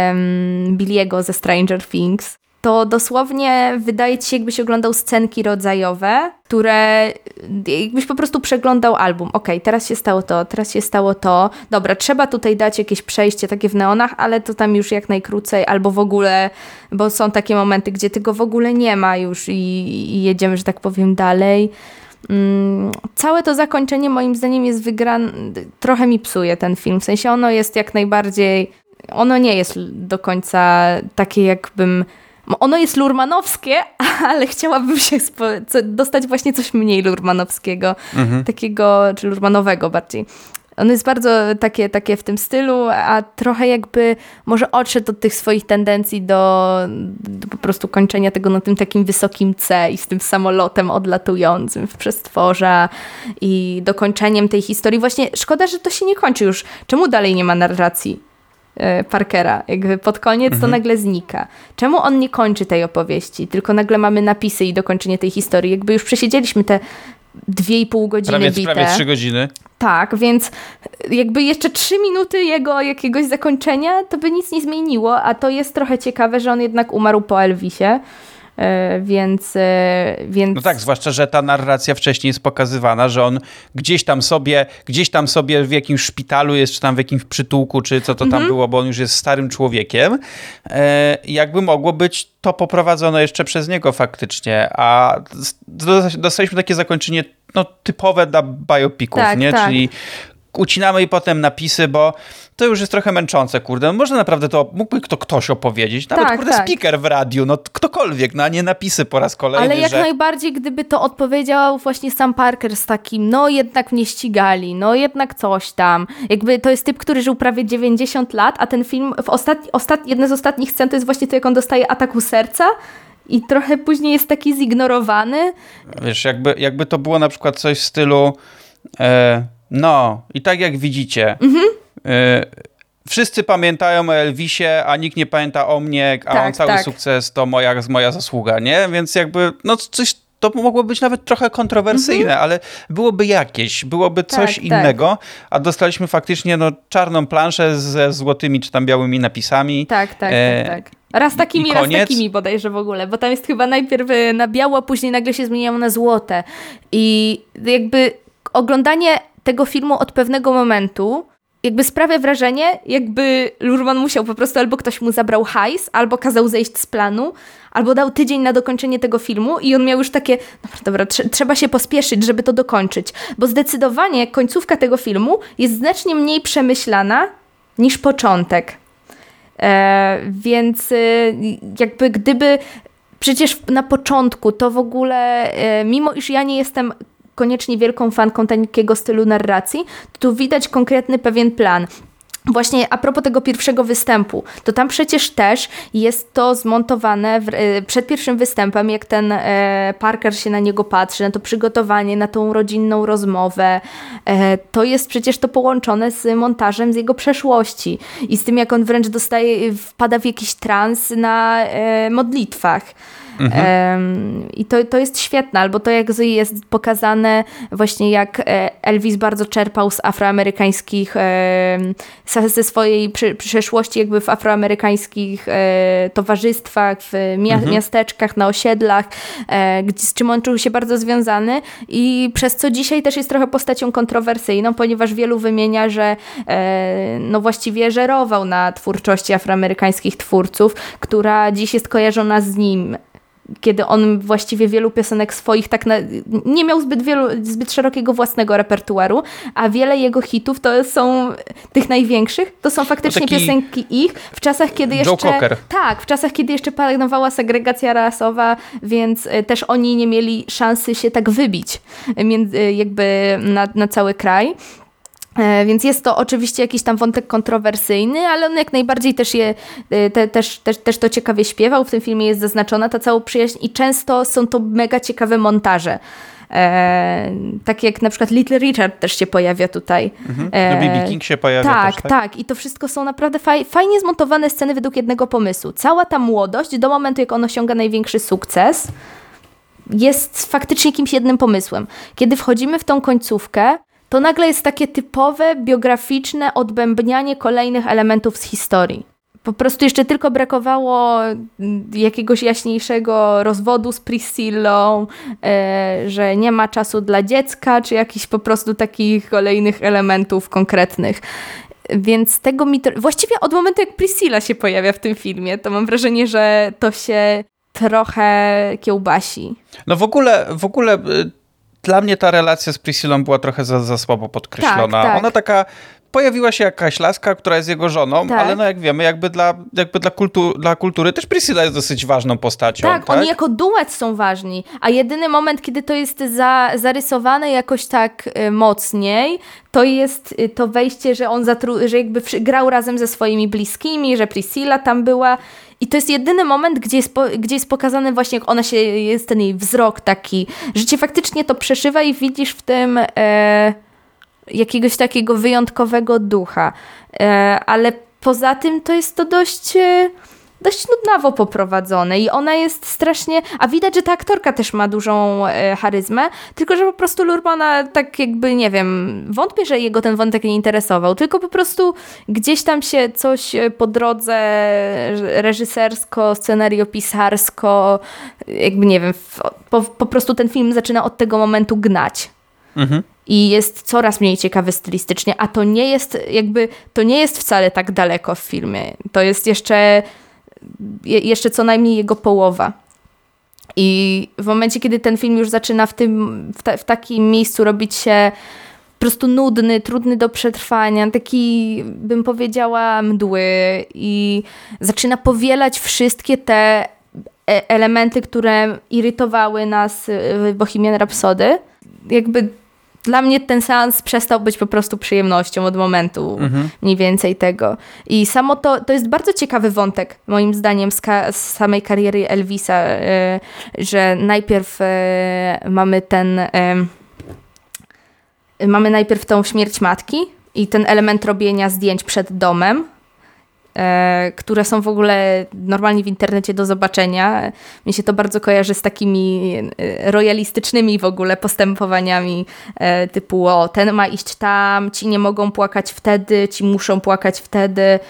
Billiego ze Stranger Things, to dosłownie wydaje ci się, jakbyś oglądał scenki rodzajowe, które jakbyś po prostu przeglądał album. Okej, okay, teraz się stało to, teraz się stało to. Dobra, trzeba tutaj dać jakieś przejście takie w neonach, ale to tam już jak najkrócej, albo w ogóle, bo są takie momenty, gdzie tego w ogóle nie ma już i, i jedziemy, że tak powiem, dalej. Mm, całe to zakończenie moim zdaniem jest wygrane, trochę mi psuje ten film, w sensie ono jest jak najbardziej, ono nie jest do końca takie, jakbym ono jest Luhrmannowskie, ale chciałabym się spo- co, dostać właśnie coś mniej Luhrmannowskiego, mhm. takiego, czy Luhrmannowego bardziej. Ono jest bardzo takie, takie w tym stylu, a trochę jakby może odszedł od tych swoich tendencji do, do po prostu kończenia tego na tym takim wysokim C i z tym samolotem odlatującym w przestworza i dokończeniem tej historii. Właśnie szkoda, że to się nie kończy już. Czemu dalej nie ma narracji Parkera? Jakby pod koniec mhm. to nagle znika. Czemu on nie kończy tej opowieści? Tylko nagle mamy napisy i dokończenie tej historii. Jakby już przesiedzieliśmy te dwie i pół godziny prawie, bite. Prawie trzy godziny. Tak, więc jakby jeszcze trzy minuty jego jakiegoś zakończenia, to by nic nie zmieniło, a to jest trochę ciekawe, że on jednak umarł po Elvisie. Więc, więc... No tak, zwłaszcza, że ta narracja wcześniej jest pokazywana, że on gdzieś tam sobie, gdzieś tam sobie w jakimś szpitalu jest, czy tam w jakimś przytułku, czy co to tam mm-hmm. było, bo on już jest starym człowiekiem. E, jakby mogło być to poprowadzone jeszcze przez niego faktycznie, a dostaliśmy takie zakończenie no, typowe dla biopików, tak, nie? Tak. Czyli ucinamy i potem napisy, bo to już jest trochę męczące, kurde. No można naprawdę to, mógłby to ktoś opowiedzieć. Nawet, tak, kurde, tak. speaker w radiu, no ktokolwiek, no a nie napisy po raz kolejny, Ale jak że... najbardziej, gdyby to odpowiedział właśnie sam Parker z takim, no jednak mnie ścigali, no jednak coś tam. Jakby to jest typ, który żył prawie dziewięćdziesiąt lat, a ten film, w ostatni, ostat... jedna z ostatnich scen to jest właśnie to, jak on dostaje ataku serca i trochę później jest taki zignorowany. Wiesz, jakby, jakby to było na przykład coś w stylu e, no i tak jak widzicie, mhm. e, wszyscy pamiętają o Elvisie, a nikt nie pamięta o mnie, a tak, on cały tak. sukces to moja, moja zasługa, nie? Więc jakby, no coś, to mogło być nawet trochę kontrowersyjne, mm-hmm. ale byłoby jakieś, byłoby coś tak, innego, tak. a dostaliśmy faktycznie no, czarną planszę ze złotymi czy tam białymi napisami. Tak, tak, e, tak, tak. Raz takimi, raz koniec. takimi bodajże w ogóle, bo tam jest chyba najpierw na biało, a później nagle się zmieniało na złote. I jakby oglądanie tego filmu od pewnego momentu jakby sprawia wrażenie, jakby Luhrmann musiał po prostu, albo ktoś mu zabrał hajs, albo kazał zejść z planu, albo dał tydzień na dokończenie tego filmu i on miał już takie, dobra, dobra tr- trzeba się pospieszyć, żeby to dokończyć. Bo zdecydowanie końcówka tego filmu jest znacznie mniej przemyślana niż początek. E, więc e, jakby gdyby przecież na początku to w ogóle, e, mimo iż ja nie jestem koniecznie wielką fanką takiego stylu narracji, to tu widać konkretny pewien plan. Właśnie a propos tego pierwszego występu, to tam przecież też jest to zmontowane w, e, przed pierwszym występem, jak ten e, Parker się na niego patrzy, na to przygotowanie, na tą rodzinną rozmowę. E, to jest przecież to połączone z montażem z jego przeszłości i z tym, jak on wręcz dostaje, wpada w jakiś trans na e, modlitwach. Mhm. Um, I to, to jest świetne, albo to jak jest pokazane właśnie jak Elvis bardzo czerpał z afroamerykańskich, e, ze swojej przy, przeszłości jakby w afroamerykańskich e, towarzystwach, w mia- mhm. miasteczkach, na osiedlach, e, gdzie, z czym on czuł się bardzo związany i przez co dzisiaj też jest trochę postacią kontrowersyjną, ponieważ wielu wymienia, że e, no właściwie żerował na twórczości afroamerykańskich twórców, która dziś jest kojarzona z nim, kiedy on właściwie wielu piosenek swoich tak na, nie miał zbyt wielu, zbyt szerokiego własnego repertuaru, a wiele jego hitów to są tych największych, to są faktycznie to piosenki ich w czasach, kiedy Joe jeszcze Cocker. tak, w czasach, kiedy jeszcze panowała segregacja rasowa, więc też oni nie mieli szansy się tak wybić między, jakby na, na cały kraj. Więc jest to oczywiście jakiś tam wątek kontrowersyjny, ale on jak najbardziej też, je, te, też, też, też to ciekawie śpiewał. W tym filmie jest zaznaczona ta cała przyjaźń i często są to mega ciekawe montaże. E, tak jak na przykład Little Richard też się pojawia tutaj. Mhm. No B B King się pojawia tak, też, tak? Tak, i to wszystko są naprawdę faj, fajnie zmontowane sceny według jednego pomysłu. Cała ta młodość do momentu, jak on osiąga największy sukces, jest faktycznie jakimś jednym pomysłem. Kiedy wchodzimy w tą końcówkę, to nagle jest takie typowe, biograficzne odbębnianie kolejnych elementów z historii. Po prostu jeszcze tylko brakowało jakiegoś jaśniejszego rozwodu z Priscillą, e, że nie ma czasu dla dziecka, czy jakichś po prostu takich kolejnych elementów konkretnych. Więc tego mi to... Właściwie od momentu, jak Priscilla się pojawia w tym filmie, to mam wrażenie, że to się trochę kiełbasi. No w ogóle, w ogóle... Dla mnie ta relacja z Priscillą była trochę za, za słabo podkreślona. Tak, tak. Ona taka, pojawiła się jakaś laska, która jest jego żoną, tak. ale no jak wiemy, jakby dla, jakby dla, kultu, dla kultury też Priscilla jest dosyć ważną postacią. Tak, tak, oni jako duet są ważni, a jedyny moment, kiedy to jest za, zarysowane jakoś tak y, mocniej, to jest y, to wejście, że on zatru- że jakby przy- grał razem ze swoimi bliskimi, że Priscilla tam była. I to jest jedyny moment, gdzie jest, po, gdzie jest pokazany właśnie, jak ona się, jest ten jej wzrok taki, że cię faktycznie to przeszywa i widzisz w tym e, jakiegoś takiego wyjątkowego ducha. E, ale poza tym to jest to dość... E, dość nudnawo poprowadzone i ona jest strasznie... A widać, że ta aktorka też ma dużą e, charyzmę, tylko że po prostu Luhrmanna tak jakby, nie wiem, wątpię, że jego ten wątek nie interesował, tylko po prostu gdzieś tam się coś po drodze reżysersko, scenariopisarsko, jakby nie wiem, po, po prostu ten film zaczyna od tego momentu gnać. Mhm. I jest coraz mniej ciekawy stylistycznie, a to nie jest jakby, to nie jest wcale tak daleko w filmie. To jest jeszcze... jeszcze co najmniej jego połowa. I w momencie, kiedy ten film już zaczyna w, tym, w, ta, w takim miejscu robić się po prostu nudny, trudny do przetrwania, taki, bym powiedziała, mdły i zaczyna powielać wszystkie te elementy, które irytowały nas w Bohemian Rhapsody. Jakby dla mnie ten seans przestał być po prostu przyjemnością od momentu mhm. mniej więcej tego. I samo to, to jest bardzo ciekawy wątek, moim zdaniem, z, ka- z samej kariery Elvisa, yy, że najpierw yy, mamy ten... Yy, mamy najpierw tą śmierć matki i ten element robienia zdjęć przed domem. e, które są w ogóle normalnie w internecie do zobaczenia. Mi się to bardzo kojarzy z takimi e, royalistycznymi w ogóle postępowaniami e, typu o, ten ma iść tam, ci nie mogą płakać wtedy, ci muszą płakać wtedy.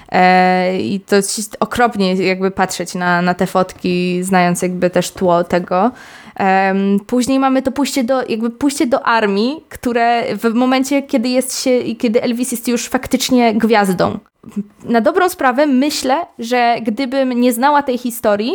E, I to jest okropnie jakby patrzeć na, na te fotki, znając jakby też tło tego. Um, później mamy to pójście do, jakby pójście do armii, które w momencie, kiedy jest się, kiedy Elvis jest już faktycznie gwiazdą. Na dobrą sprawę myślę, że gdybym nie znała tej historii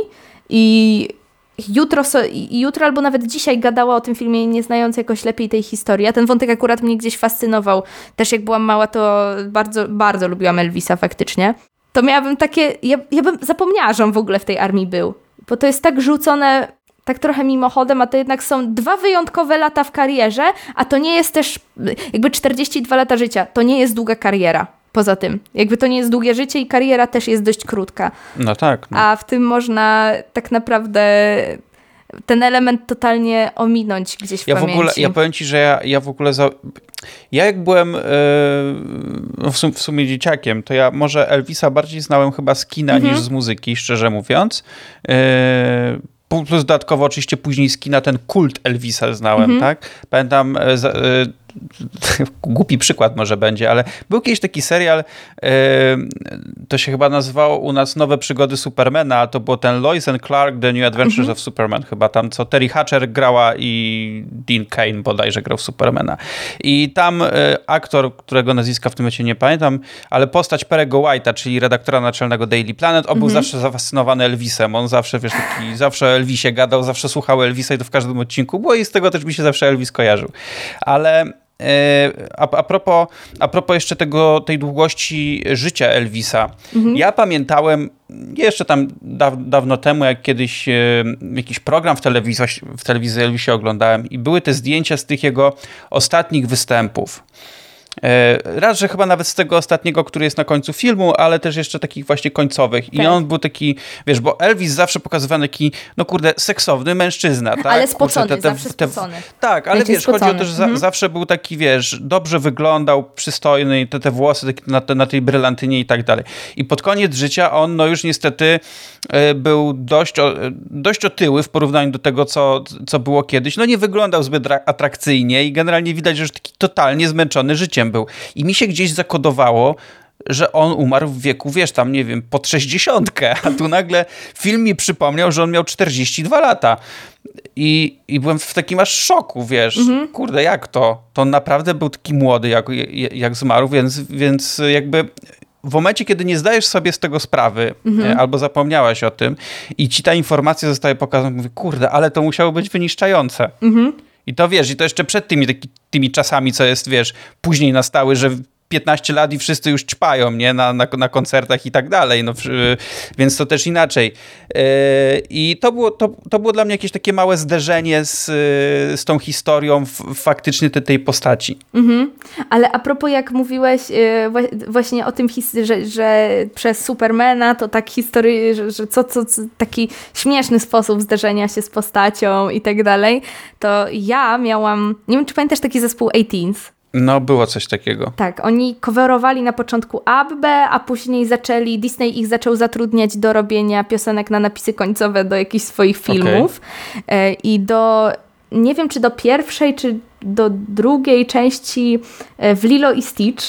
i jutro, so, i jutro albo nawet dzisiaj gadała o tym filmie, nie znając jakoś lepiej tej historii, a ten wątek akurat mnie gdzieś fascynował. Też jak byłam mała, to bardzo, bardzo lubiłam Elvisa faktycznie. To miałabym takie, ja, ja bym zapomniała, że on w ogóle w tej armii był. Bo to jest tak rzucone tak trochę mimochodem, a to jednak są dwa wyjątkowe lata w karierze, a to nie jest też jakby czterdzieści dwa lata życia. To nie jest długa kariera. Poza tym, jakby to nie jest długie życie i kariera też jest dość krótka. No tak. No. A w tym można tak naprawdę ten element totalnie ominąć gdzieś w ja pamięci. W ogóle, ja powiem ci, że ja, ja w ogóle... Za... Ja jak byłem yy, w, sum, w sumie dzieciakiem, to ja może Elvisa bardziej znałem chyba z kina mhm. niż z muzyki, szczerze mówiąc. Yy, plus dodatkowo oczywiście później z kina ten kult Elvisa znałem, mhm. tak? Pamiętam... Yy, głupi przykład może będzie, ale był kiedyś taki serial, yy, to się chyba nazywało u nas Nowe przygody Supermana, a to było ten Lois and Clark, The New Adventures mm-hmm. of Superman, chyba tam, co Terry Hatcher grała i Dean Cain bodajże grał w Supermana. I tam yy, aktor, którego nazwiska w tym momencie nie pamiętam, ale postać Perego White'a, czyli redaktora naczelnego Daily Planet, on mm-hmm. był zawsze zafascynowany Elvisem. On zawsze, wiesz, taki, zawsze o Elvisie gadał, zawsze słuchał Elvisa i to w każdym odcinku było i z tego też mi się zawsze Elvis kojarzył. Ale A, a, propos, a propos jeszcze tego, tej długości życia Elvisa. Mhm. Ja pamiętałem jeszcze tam daw, dawno temu, jak kiedyś e, jakiś program w telewizji, w telewizji Elvisie oglądałem i były te zdjęcia z tych jego ostatnich występów. Raz, że chyba nawet z tego ostatniego, który jest na końcu filmu, ale też jeszcze takich właśnie końcowych. Okay. I on był taki, wiesz, bo Elvis zawsze pokazywany taki, no kurde, seksowny mężczyzna, tak? Ale spocony, Kurczę, te, te, zawsze te, spocony. Tak, ale Będzie wiesz, spocony. chodzi o to, że mhm. za, zawsze był taki, wiesz, dobrze wyglądał, przystojny, te, te włosy takie na, te, na tej brylantynie i tak dalej. I pod koniec życia on, no już niestety y, był dość, o, dość otyły w porównaniu do tego, co, co było kiedyś. No nie wyglądał zbyt atrakcyjnie i generalnie widać, że już taki totalnie zmęczony życiem był. I mi się gdzieś zakodowało, że on umarł w wieku, wiesz, tam, nie wiem, pod sześćdziesiątkę, a tu nagle film mi przypomniał, że on miał czterdzieści dwa lata. I, i byłem w takim aż szoku, wiesz, mhm. kurde, jak to? To on naprawdę był taki młody, jak, jak zmarł, więc, więc jakby... W momencie, kiedy nie zdajesz sobie z tego sprawy, mhm. albo zapomniałaś o tym i ci ta informacja zostaje pokazana, mówię, kurde, ale to musiało być wyniszczające. Mhm. I to wiesz, i to jeszcze przed tymi, taki, tymi czasami, co jest, wiesz, później nastały, że piętnaście lat i wszyscy już ćpają, nie? Na, na, na koncertach i tak dalej, no, więc to też inaczej. Yy, I to było, to, to było dla mnie jakieś takie małe zderzenie z, z tą historią w, faktycznie te, tej postaci. Mhm. Ale a propos, jak mówiłeś yy, właśnie o tym, his- że, że przez Supermana to tak historii, że, że co, co, co taki śmieszny sposób zderzenia się z postacią i tak dalej, to ja miałam, nie wiem, czy pamiętasz taki zespół eighteens? No, było coś takiego. Tak, oni coverowali na początku Abbę, a później zaczęli, Disney ich zaczął zatrudniać do robienia piosenek na napisy końcowe do jakichś swoich filmów. Okay. I do, nie wiem, czy do pierwszej, czy do drugiej części w Lilo i Stitch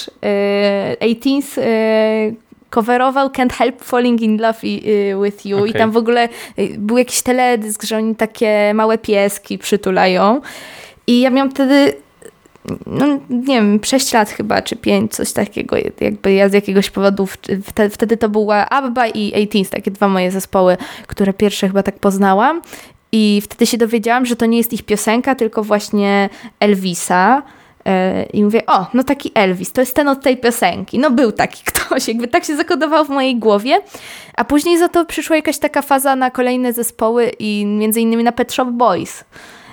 eighteens coverował Can't Help Falling in Love with You. Okay. I tam w ogóle był jakiś teledysk, że oni takie małe pieski przytulają. I ja miałam wtedy... no nie wiem, sześć lat chyba, czy pięć, coś takiego, jakby ja z jakiegoś powodu, wtedy, wtedy to była Abba i eighteens, takie dwa moje zespoły, które pierwsze chyba tak poznałam i wtedy się dowiedziałam, że to nie jest ich piosenka, tylko właśnie Elvisa i mówię, o, no taki Elvis, to jest ten od tej piosenki, no był taki ktoś, jakby tak się zakodował w mojej głowie, a później za to przyszła jakaś taka faza na kolejne zespoły i między innymi na Pet Shop Boys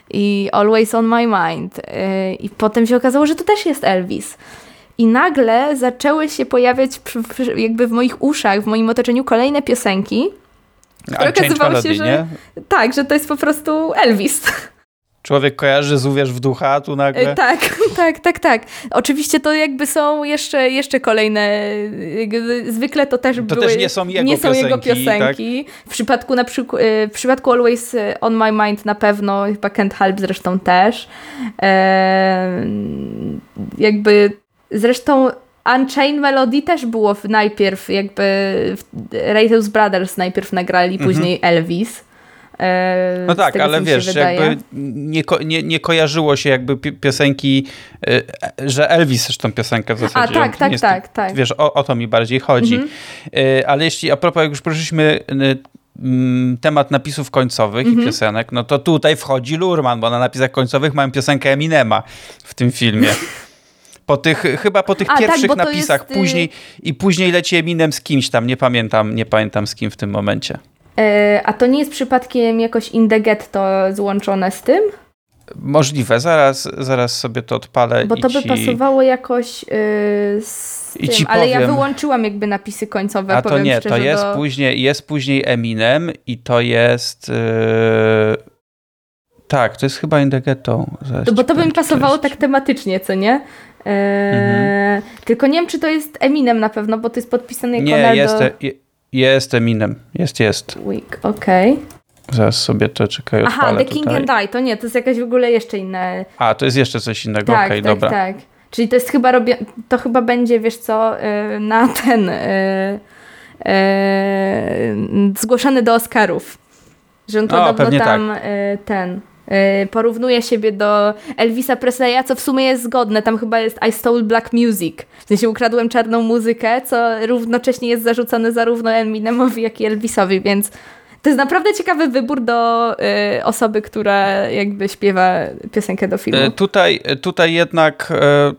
i Always on My Mind. I potem się okazało, że to też jest Elvis. I nagle zaczęły się pojawiać jakby w moich uszach, w moim otoczeniu kolejne piosenki, które okazywało się, że... Nie? Tak, że to jest po prostu Elvis. Człowiek kojarzy z Uwierz w ducha, a tu nagle... Tak, tak, tak, tak. Oczywiście to jakby są jeszcze, jeszcze kolejne, jakby zwykle to też to były... też nie są jego nie są piosenki. Jego piosenki. Tak? W przypadku na przykład, w przypadku Always on My Mind na pewno, chyba Can't Help zresztą też. Eee, jakby zresztą Unchained Melody też było w, najpierw jakby Raytheus Brothers najpierw nagrali, mhm. później Elvis. No tak, tego, ale wiesz, jakby nie, ko- nie, nie kojarzyło się jakby piosenki, że Elvis zresztą piosenkę w zasadzie. A tak, tak, jest, tak, tak. Wiesz, o, o to mi bardziej chodzi. Mhm. Ale jeśli, a propos, jak już poruszyliśmy temat napisów końcowych mhm. i piosenek, no to tutaj wchodzi Lurman, bo na napisach końcowych mamy piosenkę Eminema w tym filmie. Po tych, chyba po tych A, pierwszych tak, napisach, jest... później i później leci Eminem z kimś tam, nie pamiętam, nie pamiętam z kim w tym momencie. A to nie jest przypadkiem jakoś In The Ghetto złączone z tym? Możliwe, zaraz, zaraz sobie to odpalę. Bo to i by ci... pasowało jakoś yy, z I tym, ci ale powiem... ja wyłączyłam jakby napisy końcowe. A to powiem nie, szczerze, to jest, do... później, jest później Eminem i to jest... Yy... Tak, to jest chyba In The Ghetto. Zaraz bo to by mi pasowało tak tematycznie, co nie? Eee, mhm. Tylko nie wiem, czy to jest Eminem na pewno, bo to jest podpisane jako Nie, Nardo... jest, jest Eminem. Jest, jest. Week, okej. Okay. Zaraz sobie to czekaj, odpalę Aha, The King tutaj. and I, to nie, to jest jakaś w ogóle jeszcze inne... A, to jest jeszcze coś innego, tak, okej, okay, tak, dobra. Tak, czyli to jest chyba robię... to chyba będzie, wiesz co, yy, na ten... Yy, yy, zgłoszony do Oscarów. Że on podobno tam tak. yy, ten... porównuje siebie do Elvisa Presleya, co w sumie jest zgodne. Tam chyba jest I Stole Black Music. W sensie ukradłem czarną muzykę, co równocześnie jest zarzucone zarówno Eminemowi, jak i Elvisowi, więc to jest naprawdę ciekawy wybór do y, osoby, która jakby śpiewa piosenkę do filmu. Tutaj, tutaj jednak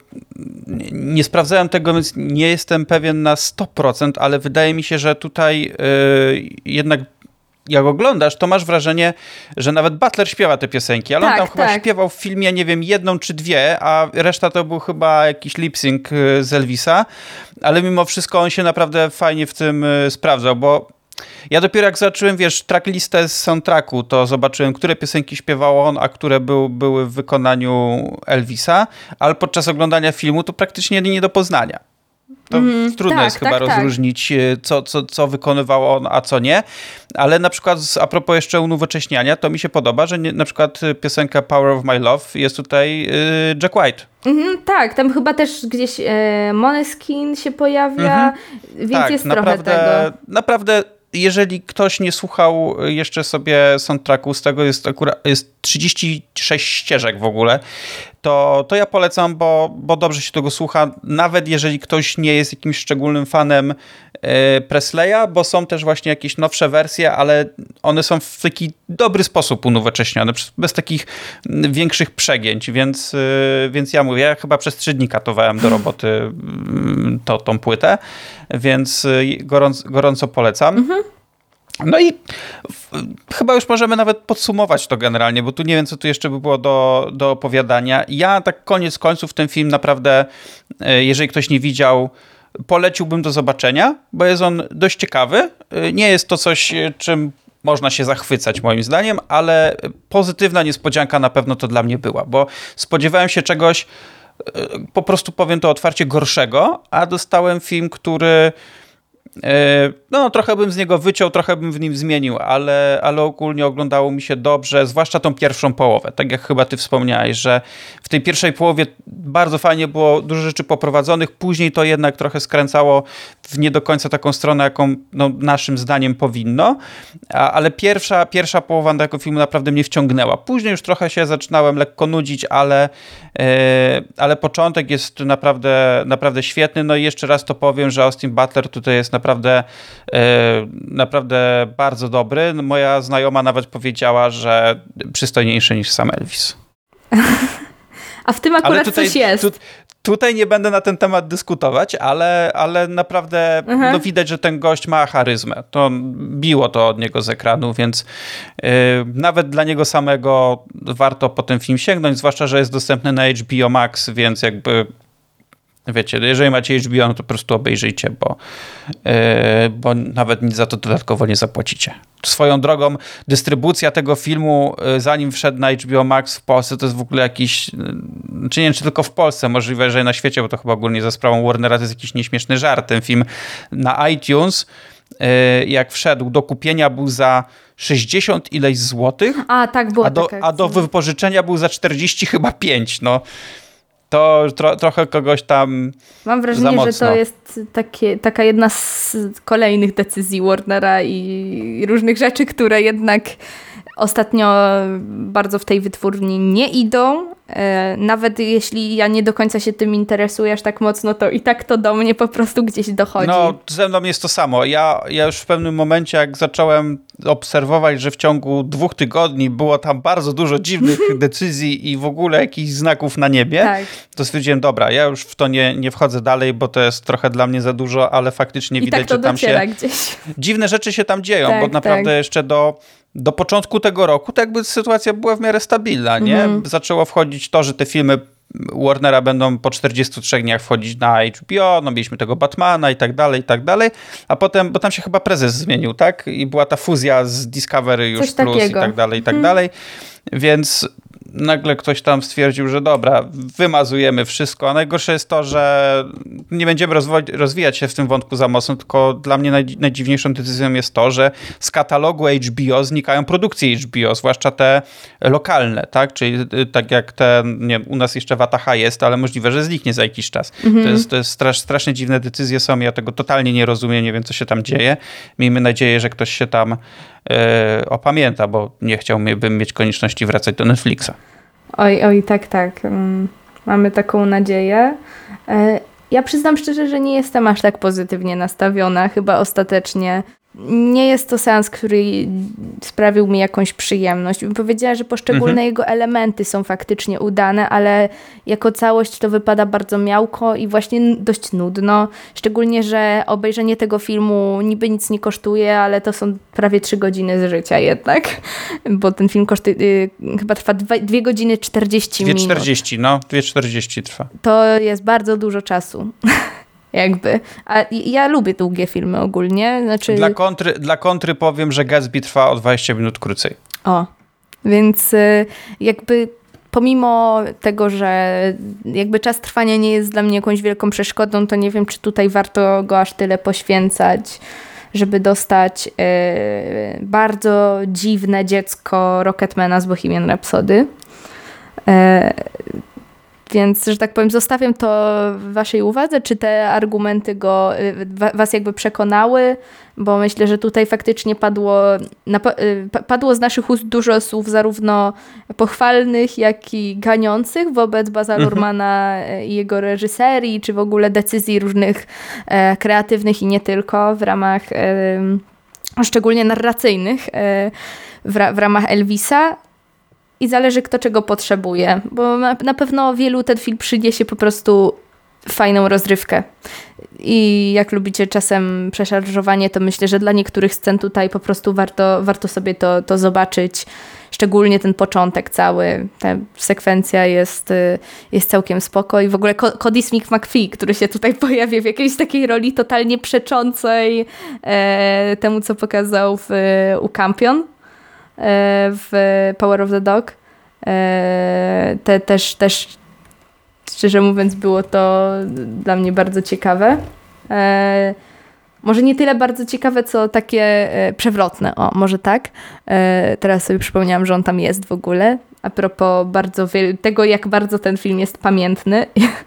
y, nie sprawdzałem tego, więc nie jestem pewien na sto procent, ale wydaje mi się, że tutaj y, jednak jak oglądasz, to masz wrażenie, że nawet Butler śpiewa te piosenki, ale tak, on tam tak. chyba śpiewał w filmie, nie wiem, jedną czy dwie, a reszta to był chyba jakiś lip-sync z Elvisa, ale mimo wszystko on się naprawdę fajnie w tym sprawdzał, bo ja dopiero jak zobaczyłem, wiesz, tracklistę z soundtracku, to zobaczyłem, które piosenki śpiewał on, a które był, były w wykonaniu Elvisa, ale podczas oglądania filmu to praktycznie nie do poznania. To mm, trudno tak, jest chyba tak, rozróżnić, tak. Co, co, co wykonywał on, a co nie. Ale na przykład a propos jeszcze unowocześniania, to mi się podoba, że nie, na przykład piosenka Power of My Love jest tutaj y, Jack White. Mm, tak, tam chyba też gdzieś y, Måneskin się pojawia, mm-hmm. więc tak, jest naprawdę, trochę tego. Naprawdę, jeżeli ktoś nie słuchał jeszcze sobie soundtracku, z tego jest akurat jest trzydzieści sześć ścieżek w ogóle, to, to ja polecam, bo, bo dobrze się tego słucha, nawet jeżeli ktoś nie jest jakimś szczególnym fanem e, Presleya, bo są też właśnie jakieś nowsze wersje, ale one są w taki dobry sposób unowocześnione, bez takich większych przegięć, więc, e, więc ja mówię, ja chyba przez trzy dni katowałem do roboty to, tą płytę, więc gorąc, gorąco polecam. Mhm. No i w, chyba już możemy nawet podsumować to generalnie, bo tu nie wiem, co tu jeszcze by było do, do opowiadania. Ja tak koniec końców ten film naprawdę, jeżeli ktoś nie widział, poleciłbym do zobaczenia, bo jest on dość ciekawy. Nie jest to coś, czym można się zachwycać moim zdaniem, ale pozytywna niespodzianka na pewno to dla mnie była, bo spodziewałem się czegoś, po prostu powiem to otwarcie, gorszego, a dostałem film, który no trochę bym z niego wyciął, trochę bym w nim zmienił, ale, ale ogólnie oglądało mi się dobrze, zwłaszcza tą pierwszą połowę, tak jak chyba ty wspomniałeś, że w tej pierwszej połowie bardzo fajnie było dużo rzeczy poprowadzonych, później to jednak trochę skręcało w nie do końca taką stronę, jaką no, naszym zdaniem powinno, a, ale pierwsza, pierwsza połowa tego filmu naprawdę mnie wciągnęła. Później już trochę się zaczynałem lekko nudzić, ale, yy, ale początek jest naprawdę, naprawdę świetny. No i jeszcze raz to powiem, że Austin Butler tutaj jest naprawdę, yy, naprawdę bardzo dobry. Moja znajoma nawet powiedziała, że przystojniejszy niż sam Elvis. A w tym akurat tutaj, coś jest. Tu, tutaj nie będę na ten temat dyskutować, ale, ale naprawdę mhm. no widać, że ten gość ma charyzmę. To biło to od niego z ekranu, więc yy, nawet dla niego samego warto po ten film sięgnąć, zwłaszcza, że jest dostępny na H B O Max, więc jakby wiecie, jeżeli macie H B O, no to po prostu obejrzyjcie, bo, yy, bo nawet nic za to dodatkowo nie zapłacicie. Swoją drogą, dystrybucja tego filmu, yy, zanim wszedł na H B O Max w Polsce, to jest w ogóle jakiś, yy, czy nie wiem, czy tylko w Polsce, możliwe, że na świecie, bo to chyba ogólnie za sprawą Warnera to jest jakiś nieśmieszny żart. Ten film na iTunes, yy, jak wszedł do kupienia, był za sześćdziesiąt ileś złotych, A, tak, była a do, taka a do akcja. wypożyczenia był za czterdzieści chyba pięć, no. To tro, trochę kogoś tam Mam za wrażenie, mocno. że to jest takie, taka jedna z kolejnych decyzji Warnera i różnych rzeczy, które jednak ostatnio bardzo w tej wytwórni nie idą. E, nawet jeśli ja nie do końca się tym interesuję aż tak mocno, to i tak to do mnie po prostu gdzieś dochodzi. No, ze mną jest to samo. Ja, ja już w pewnym momencie, jak zacząłem obserwować, że w ciągu dwóch tygodni było tam bardzo dużo dziwnych decyzji i w ogóle jakichś znaków na niebie, Tak. to stwierdziłem, dobra, ja już w to nie, nie wchodzę dalej, bo to jest trochę dla mnie za dużo, ale faktycznie I widać, tak to że tam dociera się... gdzieś. Dziwne rzeczy się tam dzieją, Tak, bo naprawdę tak. jeszcze do... Do początku tego roku to jakby sytuacja była w miarę stabilna, nie? Mhm. Zaczęło wchodzić to, że te filmy Warnera będą po czterdziestu trzech dniach wchodzić na H B O, no mieliśmy tego Batmana i tak dalej, i tak dalej, a potem, bo tam się chyba prezes zmienił, tak? I była ta fuzja z Discovery już Coś Plus takiego. i tak dalej, i tak Mhm. dalej, więc nagle ktoś tam stwierdził, że dobra, wymazujemy wszystko, a najgorsze jest to, że nie będziemy rozwo- rozwijać się w tym wątku za mocno, tylko dla mnie naj- najdziwniejszą decyzją jest to, że z katalogu H B O znikają produkcje H B O, zwłaszcza te lokalne, tak? Czyli y, tak jak te, nie wiem, u nas jeszcze Wataha jest, ale możliwe, że zniknie za jakiś czas. Mhm. To jest, to jest strasz, strasznie dziwne decyzje są, ja tego totalnie nie rozumiem, nie wiem, co się tam dzieje. Miejmy nadzieję, że ktoś się tam y, opamięta, bo nie chciałbym mieć konieczności wracać do Netflixa. Oj, oj, tak, tak. Mm, Mamy taką nadzieję. E, Ja przyznam szczerze, że nie jestem aż tak pozytywnie nastawiona, chyba ostatecznie. Nie jest to seans, który sprawił mi jakąś przyjemność. Bym powiedziała, że poszczególne Mhm. jego elementy są faktycznie udane, ale jako całość to wypada bardzo miałko i właśnie n- dość nudno. Szczególnie, że obejrzenie tego filmu niby nic nie kosztuje, ale to są prawie trzy godziny z życia jednak, bo ten film kosztuje, y, chyba trwa dwie godziny czterdzieści dwie minut. czterdzieści, no, dwie czterdzieści trwa. To jest bardzo dużo czasu. Jakby. A i- ja lubię długie filmy ogólnie. Znaczy... Dla kontry, dla kontry powiem, że Gatsby trwa o dwadzieścia minut krócej. O, więc y, jakby pomimo tego, że jakby czas trwania nie jest dla mnie jakąś wielką przeszkodą, to nie wiem, czy tutaj warto go aż tyle poświęcać, żeby dostać y, bardzo dziwne dziecko Rocketmana z Bohemian Rhapsody. E, Więc, że tak powiem, zostawiam to waszej uwadze, czy te argumenty go, y, wa- was jakby przekonały, bo myślę, że tutaj faktycznie padło, napa- y, pa- padło z naszych ust dużo słów zarówno pochwalnych, jak i ganiących wobec Baza Mhm. Luhrmanna y, i jego reżyserii, czy w ogóle decyzji różnych e, kreatywnych i nie tylko w ramach, e, szczególnie narracyjnych, e, w, ra- w ramach Elvisa. I zależy, kto czego potrzebuje, bo na, na pewno wielu ten film przyniesie po prostu fajną rozrywkę. I jak lubicie czasem przeszarżowanie, to myślę, że dla niektórych scen tutaj po prostu warto, warto sobie to, to zobaczyć. Szczególnie ten początek cały, ta sekwencja jest, y, jest całkiem spoko. I w ogóle Co- Cody Smith McPhee, który się tutaj pojawia w jakiejś takiej roli totalnie przeczącej e, temu, co pokazał w, u Campion w Power of the Dog. Te, też, też, szczerze mówiąc, było to dla mnie bardzo ciekawe. Może nie tyle bardzo ciekawe, co takie przewrotne. O, może tak. Teraz sobie przypomniałam, że on tam jest w ogóle. A propos bardzo wiel- tego, jak bardzo ten film jest pamiętny.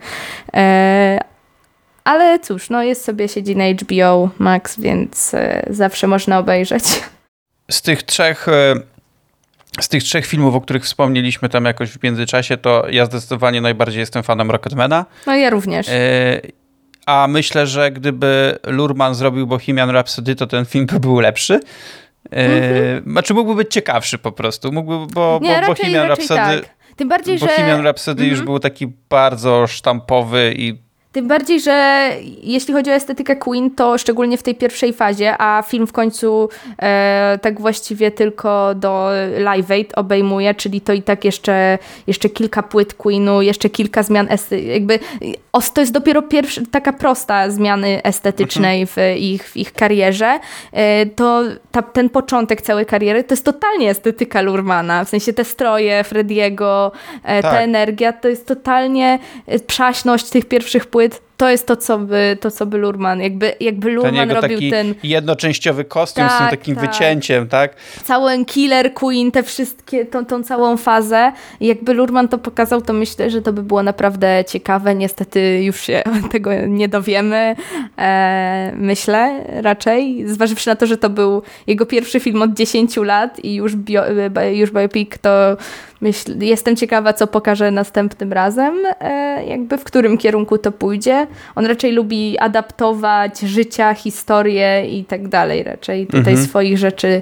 Ale cóż, no jest sobie, siedzi na H B O Max, więc zawsze można obejrzeć. Z tych trzech z tych trzech filmów, o których wspomnieliśmy tam jakoś w międzyczasie, to ja zdecydowanie najbardziej jestem fanem Rocketmana. No ja również. E, a myślę, że gdyby Luhrmann zrobił Bohemian Rhapsody, to ten film by był lepszy. E, mm-hmm. Znaczy mógłby być ciekawszy po prostu. Mógłby, bo, Nie, bo raczej, Bohemian raczej Rhapsody, tak. Tym bardziej, Bohemian że... Rhapsody mm-hmm. już był taki bardzo sztampowy i Tym bardziej, że jeśli chodzi o estetykę Queen, to szczególnie w tej pierwszej fazie, a film w końcu e, tak właściwie tylko do Live Aid obejmuje, czyli to i tak jeszcze, jeszcze kilka płyt Queenu, jeszcze kilka zmian estetycznych. Jakby os, to jest dopiero pierwsza, taka prosta zmiany estetycznej w ich, w ich karierze. E, to ta, ten początek całej kariery to jest totalnie estetyka Lurmana. W sensie te stroje Frediego, e, tak. ta energia, to jest totalnie przaśność tych pierwszych płyt. To jest to, co by, to, co by Lurman, jakby, jakby Lurman robił taki ten... jednoczęściowy kostium tak, z tym takim tak. wycięciem, tak? Cały Killer Queen, te wszystkie, tą, tą całą fazę. I jakby Lurman to pokazał, to myślę, że to by było naprawdę ciekawe. Niestety już się tego nie dowiemy. E, myślę raczej. Zważywszy na to, że to był jego pierwszy film od dziesięciu lat i już, bio, już biopic, to myśl, jestem ciekawa, co pokaże następnym razem. E, jakby w którym kierunku to pójdzie. On raczej lubi adaptować życia, historię i tak dalej. Raczej tutaj mhm. swoich rzeczy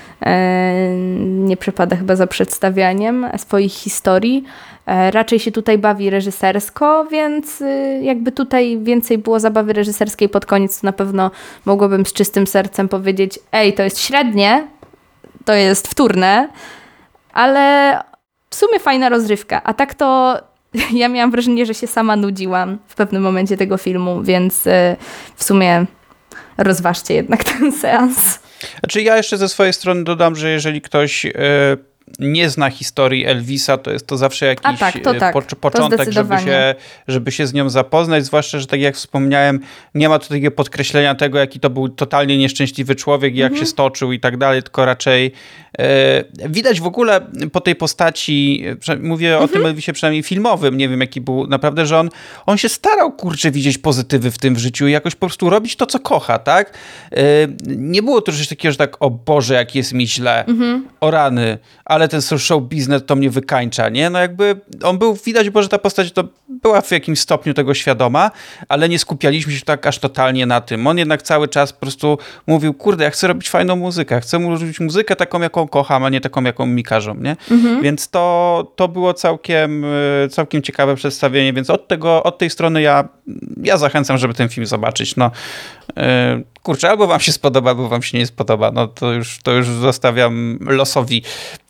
e, nie przepada chyba za przedstawianiem swoich historii. E, raczej się tutaj bawi reżysersko, więc y, jakby tutaj więcej było zabawy reżyserskiej pod koniec, to na pewno mogłabym z czystym sercem powiedzieć, ej, to jest średnie, to jest wtórne, ale w sumie fajna rozrywka. A tak to ja miałam wrażenie, że się sama nudziłam w pewnym momencie tego filmu, więc w sumie rozważcie jednak ten seans. Znaczy ja jeszcze ze swojej strony dodam, że jeżeli ktoś yy, nie zna historii Elvisa, to jest to zawsze jakiś A tak, to tak. po, początek, żeby się, żeby się z nią zapoznać, zwłaszcza, że tak jak wspomniałem, nie ma tu takiego podkreślenia tego, jaki to był totalnie nieszczęśliwy człowiek i jak mhm. się stoczył i tak dalej, tylko raczej yy, widać w ogóle po tej postaci, mówię mhm. o tym Elvisie przynajmniej filmowym, nie wiem jaki był, naprawdę, że on, on się starał, kurczę, widzieć pozytywy w tym w życiu i jakoś po prostu robić to, co kocha, tak? Yy, nie było to coś takiego, że tak, o Boże, jak jest mi źle, mhm. o rany, ale ten show biznes to mnie wykańcza, nie? No jakby on był, widać było, że ta postać to była w jakimś stopniu tego świadoma, ale nie skupialiśmy się tak aż totalnie na tym. On jednak cały czas po prostu mówił, kurde, ja chcę robić fajną muzykę, chcę mu robić muzykę taką, jaką kocham, a nie taką, jaką mi każą, nie? Mhm. Więc to, to było całkiem, całkiem ciekawe przedstawienie, więc od tego, od tej strony ja, ja zachęcam, żeby ten film zobaczyć. No, yy, kurczę, albo wam się spodoba, albo wam się nie spodoba. No to już, to już zostawiam losowi.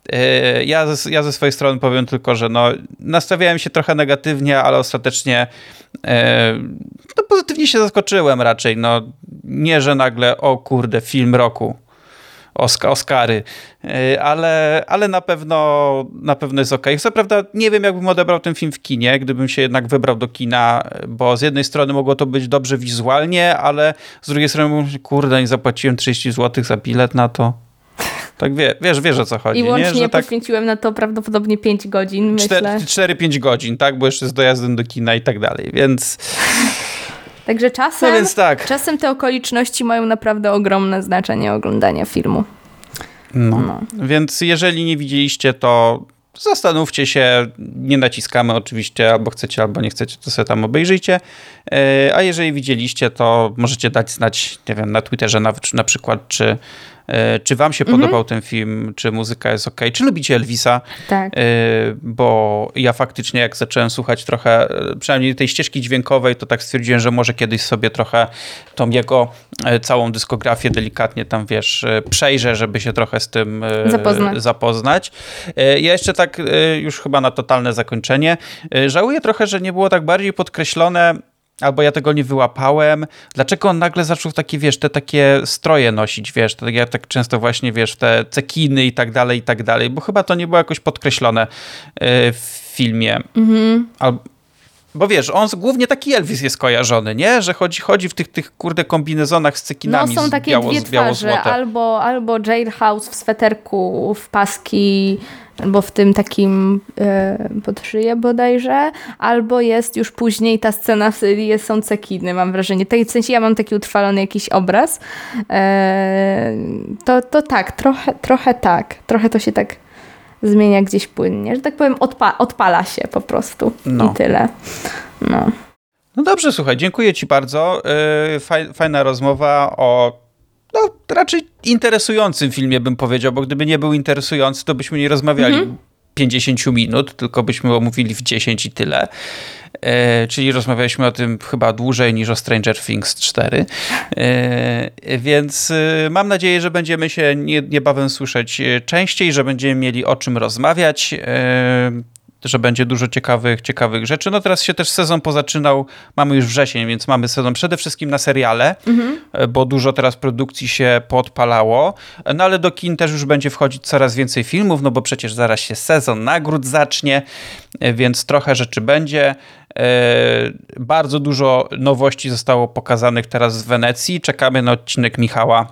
Ja ze, ja ze swojej strony powiem tylko, że no, nastawiałem się trochę negatywnie, ale ostatecznie no, pozytywnie się zaskoczyłem raczej. No, nie, że nagle, o kurde, film roku, Oska, Oscary, ale, ale na pewno na pewno jest okej. Co prawda nie wiem, jakbym odebrał ten film w kinie, gdybym się jednak wybrał do kina, bo z jednej strony mogło to być dobrze wizualnie, ale z drugiej strony, kurde, nie zapłaciłem trzydzieści złotych za bilet na to. Tak wie, wiesz, wiesz o co chodzi. I łącznie nie? Że tak poświęciłem na to prawdopodobnie pięć godzin, myślę. cztery pięć godzin, tak? Bo jeszcze z dojazdem do kina i tak dalej, więc... Także czasem, no więc tak. czasem te okoliczności mają naprawdę ogromne znaczenie oglądania filmu. No. no. Więc jeżeli nie widzieliście, to zastanówcie się, nie naciskamy oczywiście, albo chcecie, albo nie chcecie, to sobie tam obejrzyjcie. A jeżeli widzieliście, to możecie dać znać, nie wiem, na Twitterze na, na przykład, czy czy wam się mhm. podobał ten film, czy muzyka jest okej, czy lubicie Elvisa, tak. Bo ja faktycznie jak zacząłem słuchać trochę, przynajmniej tej ścieżki dźwiękowej, to tak stwierdziłem, że może kiedyś sobie trochę tą jego całą dyskografię delikatnie tam, wiesz, przejrzę, żeby się trochę z tym zapoznać. zapoznać. Ja jeszcze tak już chyba na totalne zakończenie, żałuję trochę, że nie było tak bardziej podkreślone, albo ja tego nie wyłapałem. Dlaczego on nagle zaczął takie, wiesz, te takie stroje nosić, wiesz, tak jak tak często właśnie, wiesz, te cekiny i tak dalej, i tak dalej, bo chyba to nie było jakoś podkreślone w filmie. Mhm. Al- bo wiesz, on głównie taki Elvis jest kojarzony, nie? Że chodzi, chodzi w tych, tych kurde kombinezonach z cekinami. No są takie biało, dwie twarze, albo, albo Jailhouse w sweterku, w paski, albo w tym takim e, pod szyję bodajże, albo jest już później ta scena, jest, są cekiny, mam wrażenie. W sensie ja mam taki utrwalony jakiś obraz. E, to, to tak, trochę, trochę tak. Trochę to się tak zmienia gdzieś płynnie, że tak powiem, odpa- odpala się po prostu no. i tyle. No. No dobrze, słuchaj, dziękuję ci bardzo. Yy, fajna rozmowa o no, raczej interesującym filmie, bym powiedział, bo gdyby nie był interesujący, to byśmy nie rozmawiali. Mhm. pięćdziesiąt minut, tylko byśmy omówili w dziesięć i tyle. E, czyli rozmawialiśmy o tym chyba dłużej niż o Stranger Things cztery. E, więc e, mam nadzieję, że będziemy się nie, niebawem słyszeć częściej, że będziemy mieli o czym rozmawiać, e, że będzie dużo ciekawych, ciekawych rzeczy. No teraz się też sezon pozaczynał, mamy już wrzesień, więc mamy sezon przede wszystkim na seriale, mhm. bo dużo teraz produkcji się podpalało, no ale do kin też już będzie wchodzić coraz więcej filmów, no bo przecież zaraz się sezon nagród zacznie, więc trochę rzeczy będzie. Bardzo dużo nowości zostało pokazanych teraz w Wenecji. Czekamy na odcinek Michała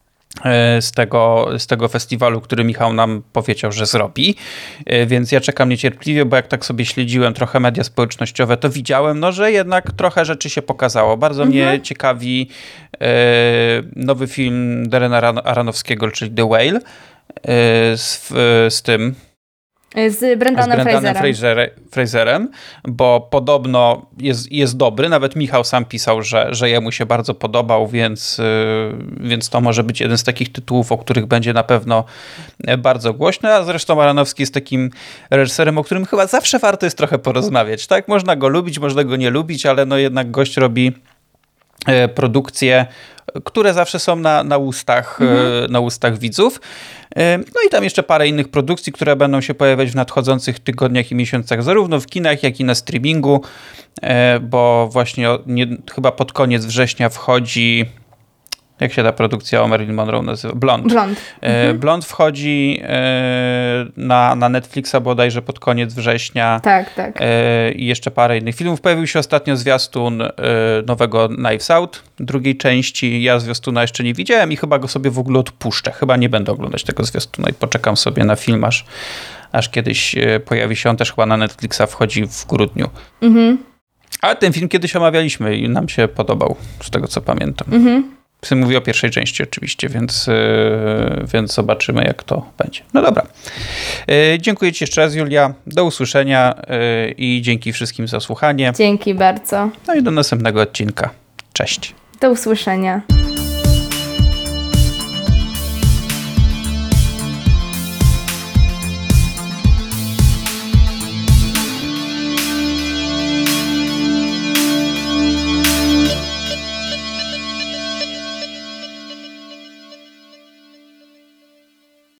z tego, z tego festiwalu, który Michał nam powiedział, że zrobi. Więc ja czekam niecierpliwie, bo jak tak sobie śledziłem trochę media społecznościowe, to widziałem, no, że jednak trochę rzeczy się pokazało. Bardzo mhm. mnie ciekawi e, nowy film Darrena Aronofskiego, czyli The Whale, e, z, z tym Z Brendanem, z Brendanem Fraserem. Fraserem, bo podobno jest, jest dobry. Nawet Michał sam pisał, że, że jemu się bardzo podobał, więc, więc to może być jeden z takich tytułów, o których będzie na pewno bardzo głośno. A zresztą Aronofsky jest takim reżyserem, o którym chyba zawsze warto jest trochę porozmawiać. Tak? Można go lubić, można go nie lubić, ale no jednak gość robi produkcje, które zawsze są na, na, ustach, mhm. na ustach widzów. No i tam jeszcze parę innych produkcji, które będą się pojawiać w nadchodzących tygodniach i miesiącach, zarówno w kinach, jak i na streamingu, bo właśnie nie, chyba pod koniec września wchodzi... Jak się ta produkcja o Marilyn Monroe nazywa? Blond. Blond. Mhm. Blond wchodzi na, na Netflixa bodajże pod koniec września. Tak, tak. I jeszcze parę innych filmów. Pojawił się ostatnio zwiastun nowego Knives Out, drugiej części. Ja zwiastuna jeszcze nie widziałem i chyba go sobie w ogóle odpuszczę. Chyba nie będę oglądać tego zwiastuna i poczekam sobie na film, aż, aż kiedyś pojawi się. On też chyba na Netflixa wchodzi w grudniu. Mhm. Ale ten film kiedyś omawialiśmy i nam się podobał, z tego co pamiętam. Mhm. Mówię o pierwszej części oczywiście, więc, yy, więc zobaczymy, jak to będzie. No dobra. Yy, dziękuję ci jeszcze raz, Julia. Do usłyszenia yy, i dzięki wszystkim za słuchanie. Dzięki bardzo. No i do następnego odcinka. Cześć. Do usłyszenia.